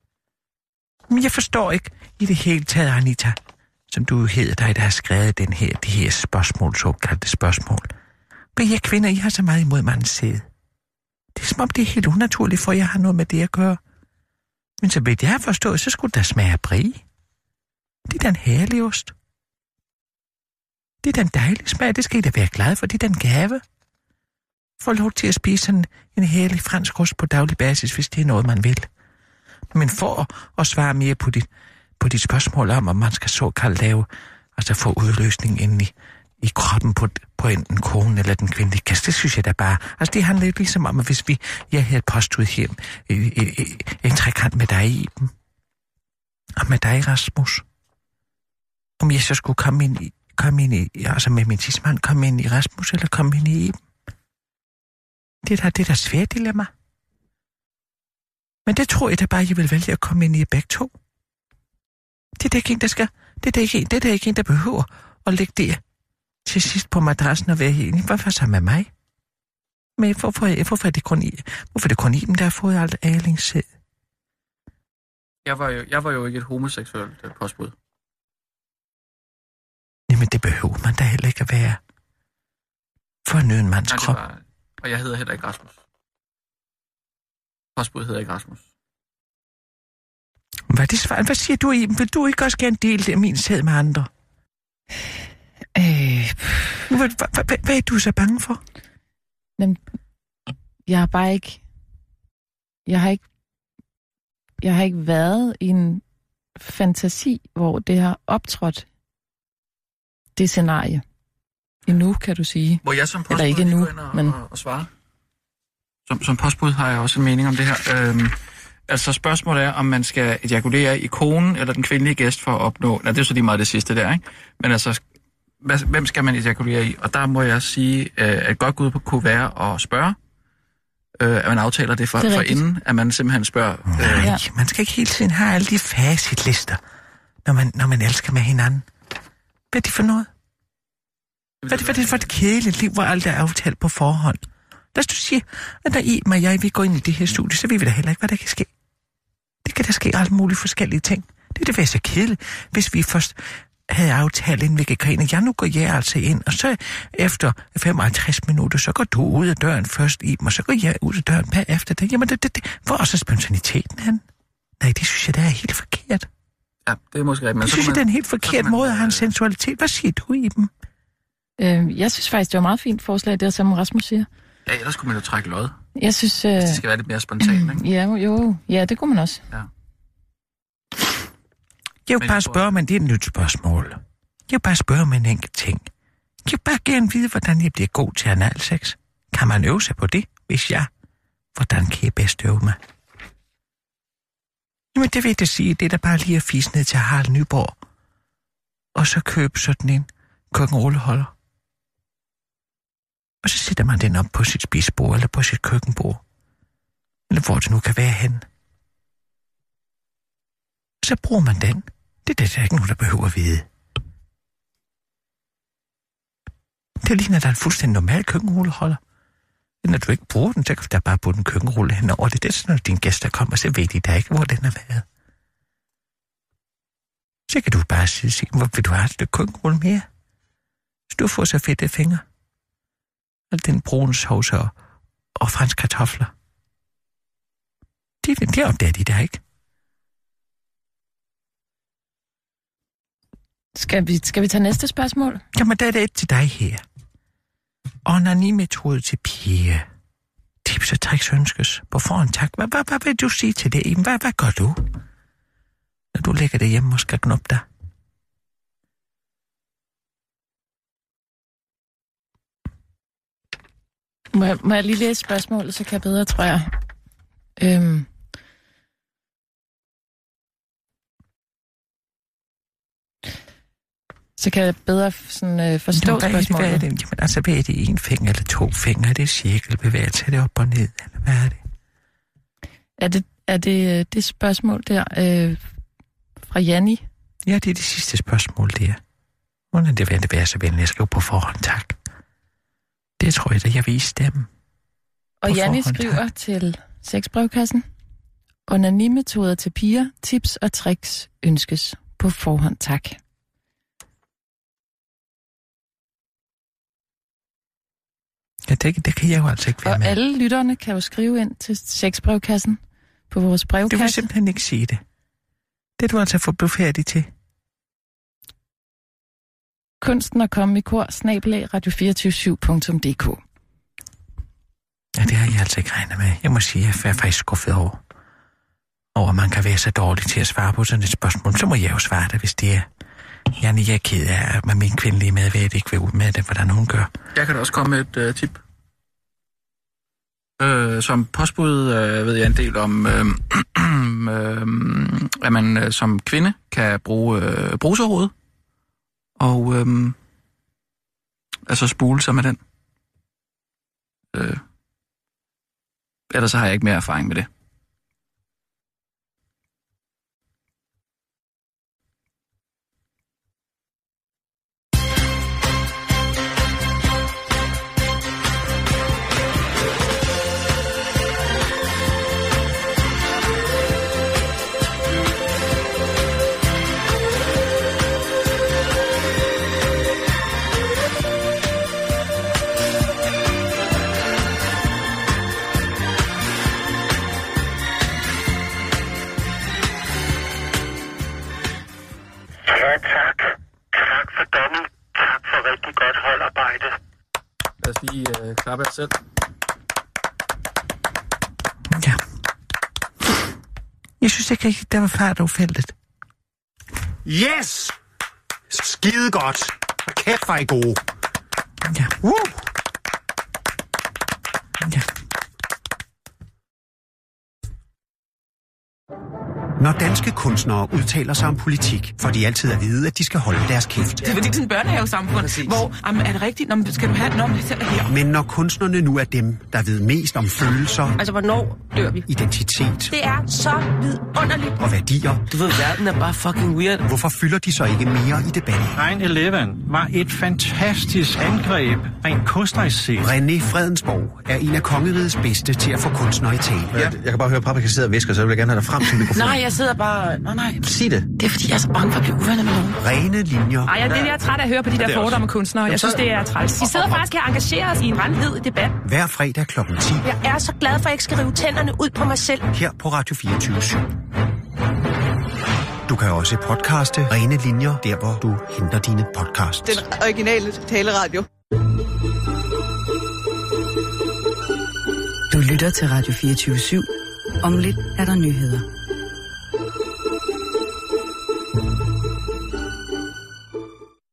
Men jeg forstår ikke i det hele taget, Anita, som du hedder dig, der har skrevet den her, de her spørgsmål, såkaldte spørgsmål. Men jer kvinder, I har så meget imod mandens sæde. Det er som om, det er helt unaturligt, for jeg har noget med det at gøre. Men så vidt jeg har forstået, så skulle der smage af brie. Det er da en herlig ost. Det er da en dejlig smag, det skal I da være glade for, det er da en gave. Få lov til at spise sådan en herlig fransk ost på daglig basis, hvis det er noget, man vil. Men for at svare mere på dit, på dit spørgsmål om, om man skal såkaldt lave, altså få udløsning ind i, i kroppen på, på enten konen eller den kvindelige gæst, det synes jeg da bare. Altså det handler jo ligesom om, at hvis vi, jeg havde et postud hjem, en trekant med dig i dem, og med dig, Rasmus, om jeg så skulle komme ind i, komme ind i, altså med min tidsmand, komme ind i Rasmus, eller komme ind i dem. Det er da, det er da svært dilemma. Men det tror jeg da bare, jeg vil vælge at komme ind i begge to. Det er da ikke en, der skal, det er da ikke en, det er da ikke en, der behøver at ligge der til sidst på madrassen og være enig. Hvorfor så med mig? Men hvorfor, hvorfor er det kun i, hvorfor er det kun i dem, der har fået alt ærlingssæd? Jeg var jo, jeg var jo ikke et homoseksuelt øh, postbud. Jamen, det behøver man da heller ikke at være. For at nyde en mands Nej, det krop. var, og jeg hedder heller ikke Rasmus. Postbud hedder ikke Rasmus. Hvad, er det svar? Hvad siger du, Iben? Vil du ikke også gerne dele det af min sæd med andre? Øh, Hvad, hvad, hvad, hvad er du så bange for? men jeg har bare ikke... Jeg har ikke... Jeg har ikke været i en fantasi, hvor det har optrådt det scenarie. Endnu, kan du sige. Må jeg som postbud Eller ikke lige nu, gå ind og, men- og, og svare? Som, som postbud har jeg også en mening om det her. Øhm, altså spørgsmålet er, om man skal ejakulere i konen eller den kvindelige gæst for at opnå... Nej, det er så lige meget det sidste der, ikke? Men altså, hvad, hvem skal man ejakulere i? Og der må jeg sige, øh, at et godt bud på kunne være at spørge. Øh, at man aftaler det for, Det er for rigtigt. inden, at man simpelthen spørger... Øh, Nej, Ja. man skal ikke hele tiden have alle de facitlister, når man, når man elsker med hinanden. Hvad er det for noget? Hvad er det, hvad er det for et kedeligt liv, hvor alt er aftalt på forhånd? Lad os du sige, at der I og jeg, vi går ind i det her studie, så ved vi da heller ikke, hvad der kan ske. Det kan der ske alle mulige forskellige ting. Det er det være så kedeligt, hvis vi først havde aftalt, inden vi gik ind. Ja, nu går jeg altså ind, og så efter femoghalvtreds minutter, så går du ud af døren først i og så går jeg ud af døren bagefter det. Jamen, det, det, det. Hvor er så spontaniteten hen? Nej, det synes jeg, det er helt forkert. Ja, det er måske rigtigt. Men jeg synes, man, det er en helt forkert man, måde at have en sensualitet. Hvad siger du i dem? Øh, jeg synes faktisk, det var et meget fint forslag, det som Rasmus siger. Ja, ellers kunne man jo trække lod. Jeg synes... Øh... Det skal være lidt mere spontant, ikke? Ja, jo. Ja, det kunne man også. Ja. Jeg vil bare spørge, men det er et nyt spørgsmål. Jeg vil bare spørge om en enkelt ting. Jeg vil bare gerne vide, hvordan jeg bliver god til analsex. Kan man øve sig på det, hvis jeg... Hvordan kan jeg bedst øve mig? Jamen, det vil jeg sige, det er da bare lige at fise ned til Harald Nyborg. Og så købe sådan en køkkenrulleholder. Og så sætter man den op på sit spisebord eller på sit køkkenbord. Eller hvor det nu kan være henne. Så bruger man den. Det er der ikke nogen, der behøver at vide. Det er lige, når der er en fuldstændig normal køkkenrulleholder. Når du ikke bruger den, så kan du da bare putte en køkkenrulle hen over det. Det er sådan, når dine gæster kommer, så ved de da ikke, hvor den har været. Så kan du bare sige, hvor vil du have et stykke køkkenrulle mere? Så du får så fedte fingre. Og den brune sovs og, og fransk kartofler. Det, det opdager de der ikke. Skal vi, skal vi tage næste spørgsmål? Jamen, der er det et til dig her. Onani-metode til pige. Tips og tricks ønskes. På forhånd tak. Hvad, hvad, hvad vil du sige til det, Iben? Hvad, hvad gør du? Når du ligger derhjemme og skal knuppe dig. Må jeg, må jeg lige læse spørgsmålet, så kan jeg bedre, tror jeg. Øhm. Så kan jeg bedre sådan, øh, forstå hvad spørgsmålet. Hvad er det? Jamen, altså, hvad er det? En finger eller to fingre? Er det cirkelbevægelse? Er det op og ned? Eller hvad er det? Er det, er det det spørgsmål der øh, fra Janni? Ja, det er det sidste spørgsmål, det er. Hvordan det vil det være så venlig at skrive på forhånd, tak. Det tror jeg, at jeg viste dem. Og Janni skriver tak. Til sexbrevkassen. Onani-metoder til piger, tips og tricks ønskes på forhånd, tak. Ja, det, det kan jeg jo altså ikke være og med. Og alle lytterne kan jo skrive ind til sexbrevkassen på vores brevkasse. Du vil simpelthen ikke sige det. Det er du altså for færdig til. Kunsten at komme i kor, snabelag radio to fire syv punktum d k. Ja, det har jeg altså ikke regnet med. Jeg må sige, at jeg er faktisk skuffet over. Over at man kan være så dårlig til at svare på sådan et spørgsmål. Så må jeg jo svare det, hvis det er... Jeg er ked af, at min kvindelige medvært ikke vil ud med det, hvordan hun gør. Jeg kan da også komme med et uh, tip. Øh, som postbud øh, ved jeg en del om, øh, øh, at man øh, som kvinde kan bruge øh, bruserhoved og øh, altså spule sig med den. Øh, ellers så har jeg ikke mere erfaring med det. Lad os lige øh, klappe os selv. Ja. Jeg synes ikke rigtig, der var fart over feltet. Yes! Skide godt. Kæft, var I gode. Ja. Uh! Ja. Når danske kunstnere udtaler sig om politik, får de altid at vide, at de skal holde deres kæft. Det er fordi, det er sådan en børnehavesamfund, Præcis. hvor jamen, er det rigtigt? Nå, skal du have noget her? Men når kunstnerne nu er dem, der ved mest om følelser... Altså, hvornår dør vi? Identitet... Det er så vidunderligt. Og værdier... Du ved, verden er bare fucking weird. Hvorfor fylder de så ikke mere i debatten? nine eleven var et fantastisk angreb, rent kunstnerisk set. René Fredensborg er en af kongerigets bedste til at få kunstnere i tale. Ja. Jeg kan bare høre, at Paprika sidder og visker, så jeg vil gerne have dig frem til mikrofonen. Nej, jeg sidder bare... Nej, nej. Sig det. Det er fordi, jeg er så bange for at blive uvenner med nogen. Rene linjer. Ej, jeg, det, jeg er træt af at høre på de der fordomme kunstnere. Jeg synes, det er træls. Vi sidder faktisk her og engagerer os i en brandhed debat. Hver fredag klokken ti. Jeg er så glad for, at jeg ikke skal rive tænderne ud på mig selv. Her på Radio fireogtyve syv. Du kan også podcaste Rene Linjer, der hvor du henter dine podcasts. Den originale taleradio. Du lytter til Radio fireogtyve syv. Om lidt er der nyheder.